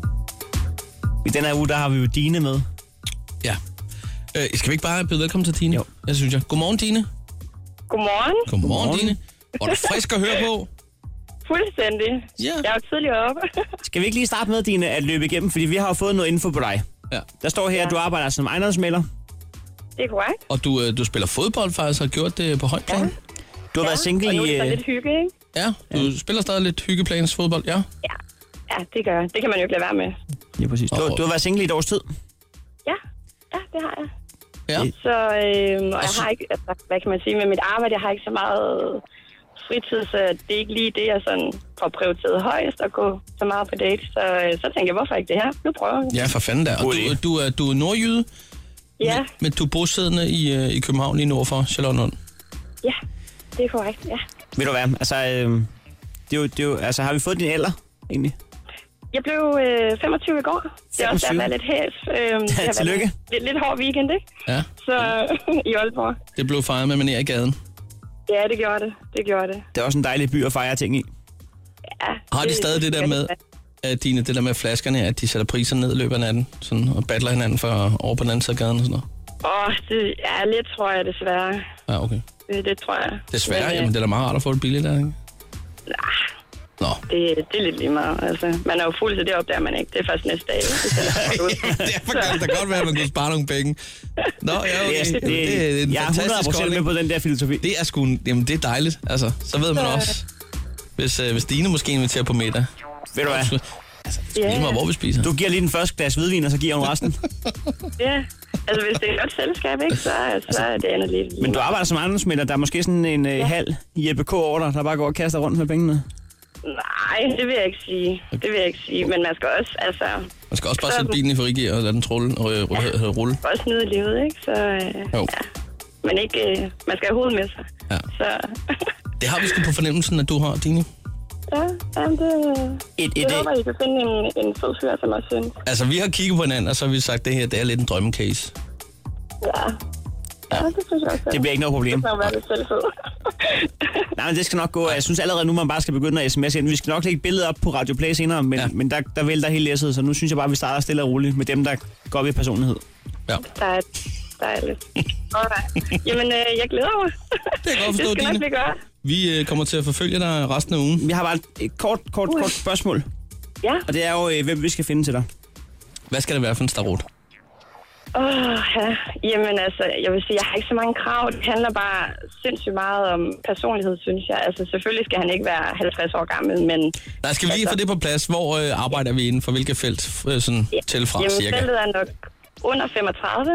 i den her uge, der har vi jo Dine med. Ja. Øh, skal vi ikke bare byde velkommen til Dine? Jo. Jeg synes jeg. Godmorgen, Dine. Godmorgen. Godmorgen, Godmorgen. Dine. Og du frisk at høre på. Fuldstændig. Ja. Jeg er jo tidligere oppe. Skal vi ikke lige starte med, Dine, at løbe igennem? Fordi vi har jo fået noget info på dig. Ja. Der står her, ja. At du arbejder som ejendomsmægler. Det er korrekt. Og du, du spiller fodbold faktisk, og har gjort det på højt plan. Ja. Du har ja, været single og nu er i... det lidt hygge, ikke? Ja, du ja. spiller stadig lidt hyggeplans fodbold, ja? Ja, ja det gør jeg. Det kan man jo ikke lade være med. Ja, præcis. Du, du har været single i et års tid? Ja, ja, det har jeg. Ja. Så, øh, og jeg har ikke, altså, hvad kan man sige, med mit arbejde, jeg har ikke så meget fritid, så det er ikke lige det, jeg sådan får prioriteret højst at gå så meget på date. Så, så tænker jeg, hvorfor ikke det her? Nu prøver vi. Ja, for fanden der. Og du, du, er, du er nordjyde? Ja. Men, men du er bosiddende i, øh, i København lige nord for Charlottenlund? Ja, det er korrekt, ja. Ved du hvad, altså, øh, det er jo, det er jo, altså, har vi fået din alder, egentlig? Jeg blev øh, femogtyve i går. Det er også der, jeg er lidt hæs. Øh, det har Tillykke. Lidt, lidt hård weekend, ikke? Ja. Så i Aalborg. Det blev fejret med manér i gaden. Ja, det gjorde det. Det gjorde det. Det er også en dejlig by at fejre ting i. Ja. Har de stadig det der med, at dine, det der med flaskerne, at de sætter priserne ned i løbet af natten, sådan, og battler hinanden for over på den anden side af gaden og sådan noget? Åh, oh, det er lidt, tror jeg, desværre. Ja, okay. Det, det tror jeg. Desværre? Men, Jamen, det er da meget rart at få det billigt der, ikke? Nå. Det, det er lidt lige meget. Altså, man er jo fuld, så det opdager man ikke. Det er først næste dag. Derfor kan det da godt være, at man kunne spare nogle penge. Nå, ja, okay. Det, det, det er en jeg er fantastisk hundrede procent holdning. med på den der filosofi. Det er sgu, jamen det er dejligt. Altså, så ved man også, hvis, øh, hvis Dine måske inviterer på middag. Ved du hvad? Altså, det er lige meget, hvor vi spiser. Du giver lige den første glas hvidvin, og så giver hun resten. Ja, altså hvis det er et godt selskab, ikke, så, så er det andet lidt. Men du arbejder som ejendomsmægler. Der er måske sådan en øh, halv Jeppe K. over dig, der bare går og kaster rundt med pengene. Nej, det vil jeg ikke sige. Det vil jeg ikke sige. Men man skal også, altså... Man skal også bare sætte bilen i frigear og lade den trulle, og øh, ja. rulle. Også nyde livet, ikke? Så, øh, jo. Ja. Men ikke... Øh, man skal have hovedet med sig. Ja. Så... Det har vi sgu på fornemmelsen, at du har, Dine. Ja, jamen det... Et, et, jeg håber, I kan finde en, en fed fyr, som også synes. Altså, vi har kigget på hinanden, og så har vi sagt, at det her det er lidt en drømmecase. Ja. Ja, det synes jeg også. Det bliver ikke noget problem. Det skal være lidt selvfed. Nej, men det skal nok gå. Jeg synes allerede nu, man bare skal begynde at sms'e ind. Vi skal nok lægge billedet op på Radio Play senere, men, ja. men der, der vælter helt læsset, så nu synes jeg bare, at vi starter stille og roligt med dem, der går op i personlighed. Ja. Dejligt. Dejligt. Alright. Jamen, øh, jeg glæder mig. Det er godt forstået, det skal nok blive godt. Vi øh, kommer til at forfølge dig resten af ugen. Vi har bare et kort, kort, kort spørgsmål. Ja. Og det er jo, øh, hvem vi skal finde til dig. Hvad skal det være for en starot? Åh, oh, ja. Jamen altså, jeg vil sige, jeg har ikke så mange krav. Det handler bare sindssygt meget om personlighed, synes jeg. Altså, selvfølgelig skal han ikke være halvtreds år gammel, men... Nej, skal vi lige altså, få det på plads? Hvor øh, arbejder vi inden for hvilket felt øh, sådan, ja. til fra, Jamen, cirka? feltet er nok under femogtredive.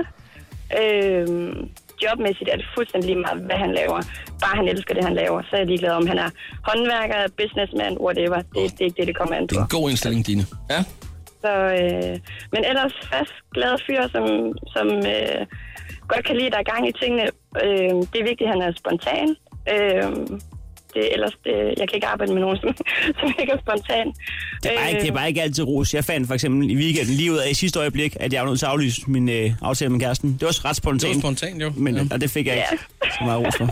Øhm, jobmæssigt er det fuldstændig lige meget, hvad han laver. Bare han elsker det, han laver. Så er jeg ligeglad om han er håndværker, businessman, whatever. Det, det er ikke det, det kommer an på. Det er en god indstilling, Dine. Ja. Så, øh, men ellers fast, glad fyr, som, som øh, godt kan lide, at der er gang i tingene. Øh, det er vigtigt, at han er spontan. Øh, det, ellers, det, jeg kan ikke arbejde med nogen, som, som ikke er spontan. Det er, bare ikke, det er bare ikke altid ros. Jeg fandt for eksempel i weekenden lige ud af i sidste øjeblik, at jeg var nødt til at aflyse min øh, aftale med kæresten. Det var også ret spontant. Det var spontant, jo. Men, ja. Og det fik jeg ikke ja. så meget ros for.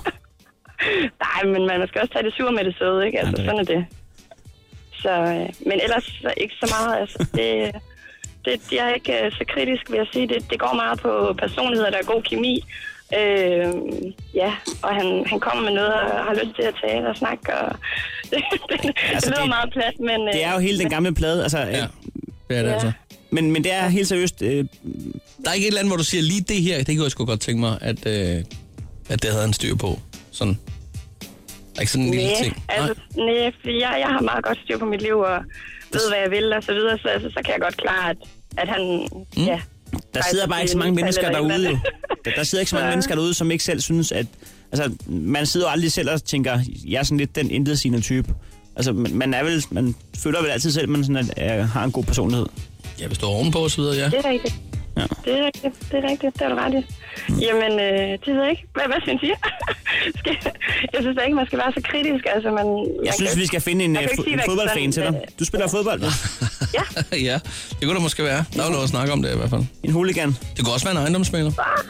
Nej, men man skal også tage det sure med det søde, ikke? Altså, ja, sådan er det. Så, øh, men ellers ikke så meget. Altså, det, det, jeg er ikke øh, så kritisk, vil jeg sige. Det, det går meget på personligheder, der er god kemi. Øh, ja, og han, han kommer med noget og har lyst til at tale og snakke. Og det, det, altså, det lyder det, meget plat, men... Øh, det er jo hele den gamle plade. Altså, ja, det er det ja. altså. Men, men det er helt seriøst... Øh... Der er ikke et eller andet, hvor du siger, lige det her, det kunne jeg sgu godt tænke mig, at, øh, at det havde han styr på. Sådan. Der er ikke sådan en lille nej, ting. altså, nej, fordi jeg, jeg har meget godt styr på mit liv og ved, hvad jeg vil og så videre, så, altså, så kan jeg godt klare, at, at han... Mm. Ja, der sidder bare ikke så mange mennesker derude, jo. Der, der sidder ikke så mange mennesker derude, som ikke selv synes, at... Altså, man sidder jo aldrig selv og tænker, jeg er sådan lidt den intetsigende type. Altså, man, man er vel... Man føler vel altid selv, at man sådan, at, at, har en god personlighed. Ja, hvis du er ovenpå og så videre, ja. Det er rigtigt. Ja. Det er rigtigt, det er rigtigt, det er du ret i. Mm. Jamen, øh, det ved jeg ikke. Hvad, hvad synes I? Jeg synes da ikke, man skal være så kritisk. Altså, man, jeg synes, kan, vi skal finde en, f- en fodboldfan til dig. Du spiller fodbold, ja? Ja. Ja, det kunne der måske være. Der er jo noget at snakke om det i hvert fald. En hooligan. Det kunne også være en ejendomsmægler.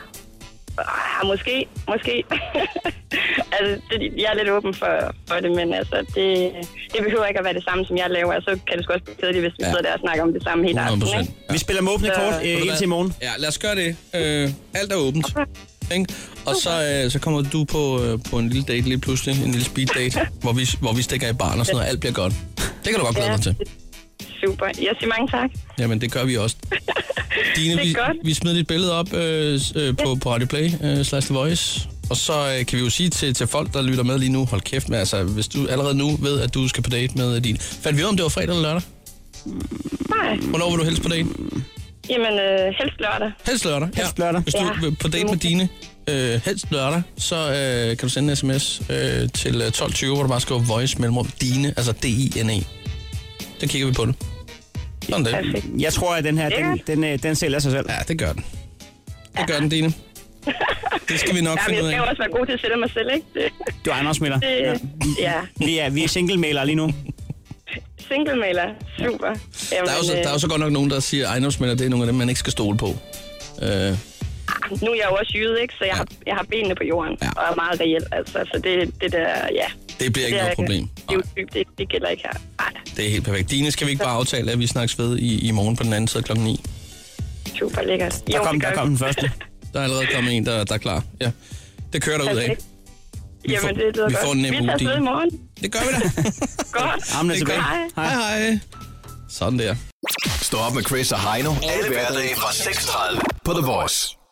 Ah, måske, måske. Altså, det, jeg er lidt åben for, for det, men altså, det, det behøver ikke at være det samme, som jeg laver. Så kan det sgu også blive kedeligt, hvis vi ja. sidder der og snakker om det samme hele aftenen. Ja. Vi spiller med åbne kort øh, indtil i morgen. Ja, lad os gøre det. Øh, alt er åbent. Okay. Og så, øh, så kommer du på, øh, på en lille date lige pludselig, en lille speed date, hvor vi, hvor vi stikker i barn og sådan noget. Alt bliver godt. Det kan du godt glæde dig til. Super. Jeg siger mange tak. Jamen, det gør vi også. Dine, vi, vi smider dit billede op øh, øh, på, på Radio Play, øh, slash The Voice. Og så øh, kan vi jo sige til, til folk, der lytter med lige nu, hold kæft med, altså, hvis du allerede nu ved, at du skal på date med din... Fandt vi ud om det var fredag eller lørdag? Nej. Hvornår vil du helst på date? Jamen, øh, helst lørdag. Helst lørdag, ja. Helst lørdag. Hvis du er på date med Dine, øh, helst lørdag, så øh, kan du sende en sms øh, til tolv tyve, hvor du bare skriver Voice mellemrum Dine, altså D I N E. Så kigger vi på det. Sådan det. Jeg tror, at den her, den, den, den sælger sig selv. Ja, det gør den. Det gør den, Dine. Det skal vi nok ja, finde ud af. Jeg skal jo også være god til at sætte mig selv, ikke? Det, du er ejendomsmægler. ja. ja. Vi er, vi er single-mailere lige nu. Single-mailer. Super. Jamen, der, er jo så, øh... der er jo så godt nok nogen, der siger, at ejendomsmægler, det er nogle af dem, man ikke skal stole på. Øh... Nu er jeg jo også jyde, ikke? Så jeg, ja. har, jeg har benene på jorden. Ja. Og er meget reelt, altså. Så det, det der, ja. Det bliver ikke det noget problem. Det, det, det gælder ikke her. Nej. Det er helt perfekt. Dine, skal vi ikke bare aftale, at vi snakkes ved i, i morgen på den anden side klokken ni? Super lækkert. Der kom, der kom den første. Der er allerede kommet en, der, der er klar. Ja. Det kører der ud af. Vi Jamen, får, det lyder vi godt. Får en vi tager afsted i morgen. Det gør vi da. Godt. Armen er tilbage. Hej. Hej, hej. Sådan der. Stå op med Chris og Heino. Alle hverdage fra seks tredive på The Voice.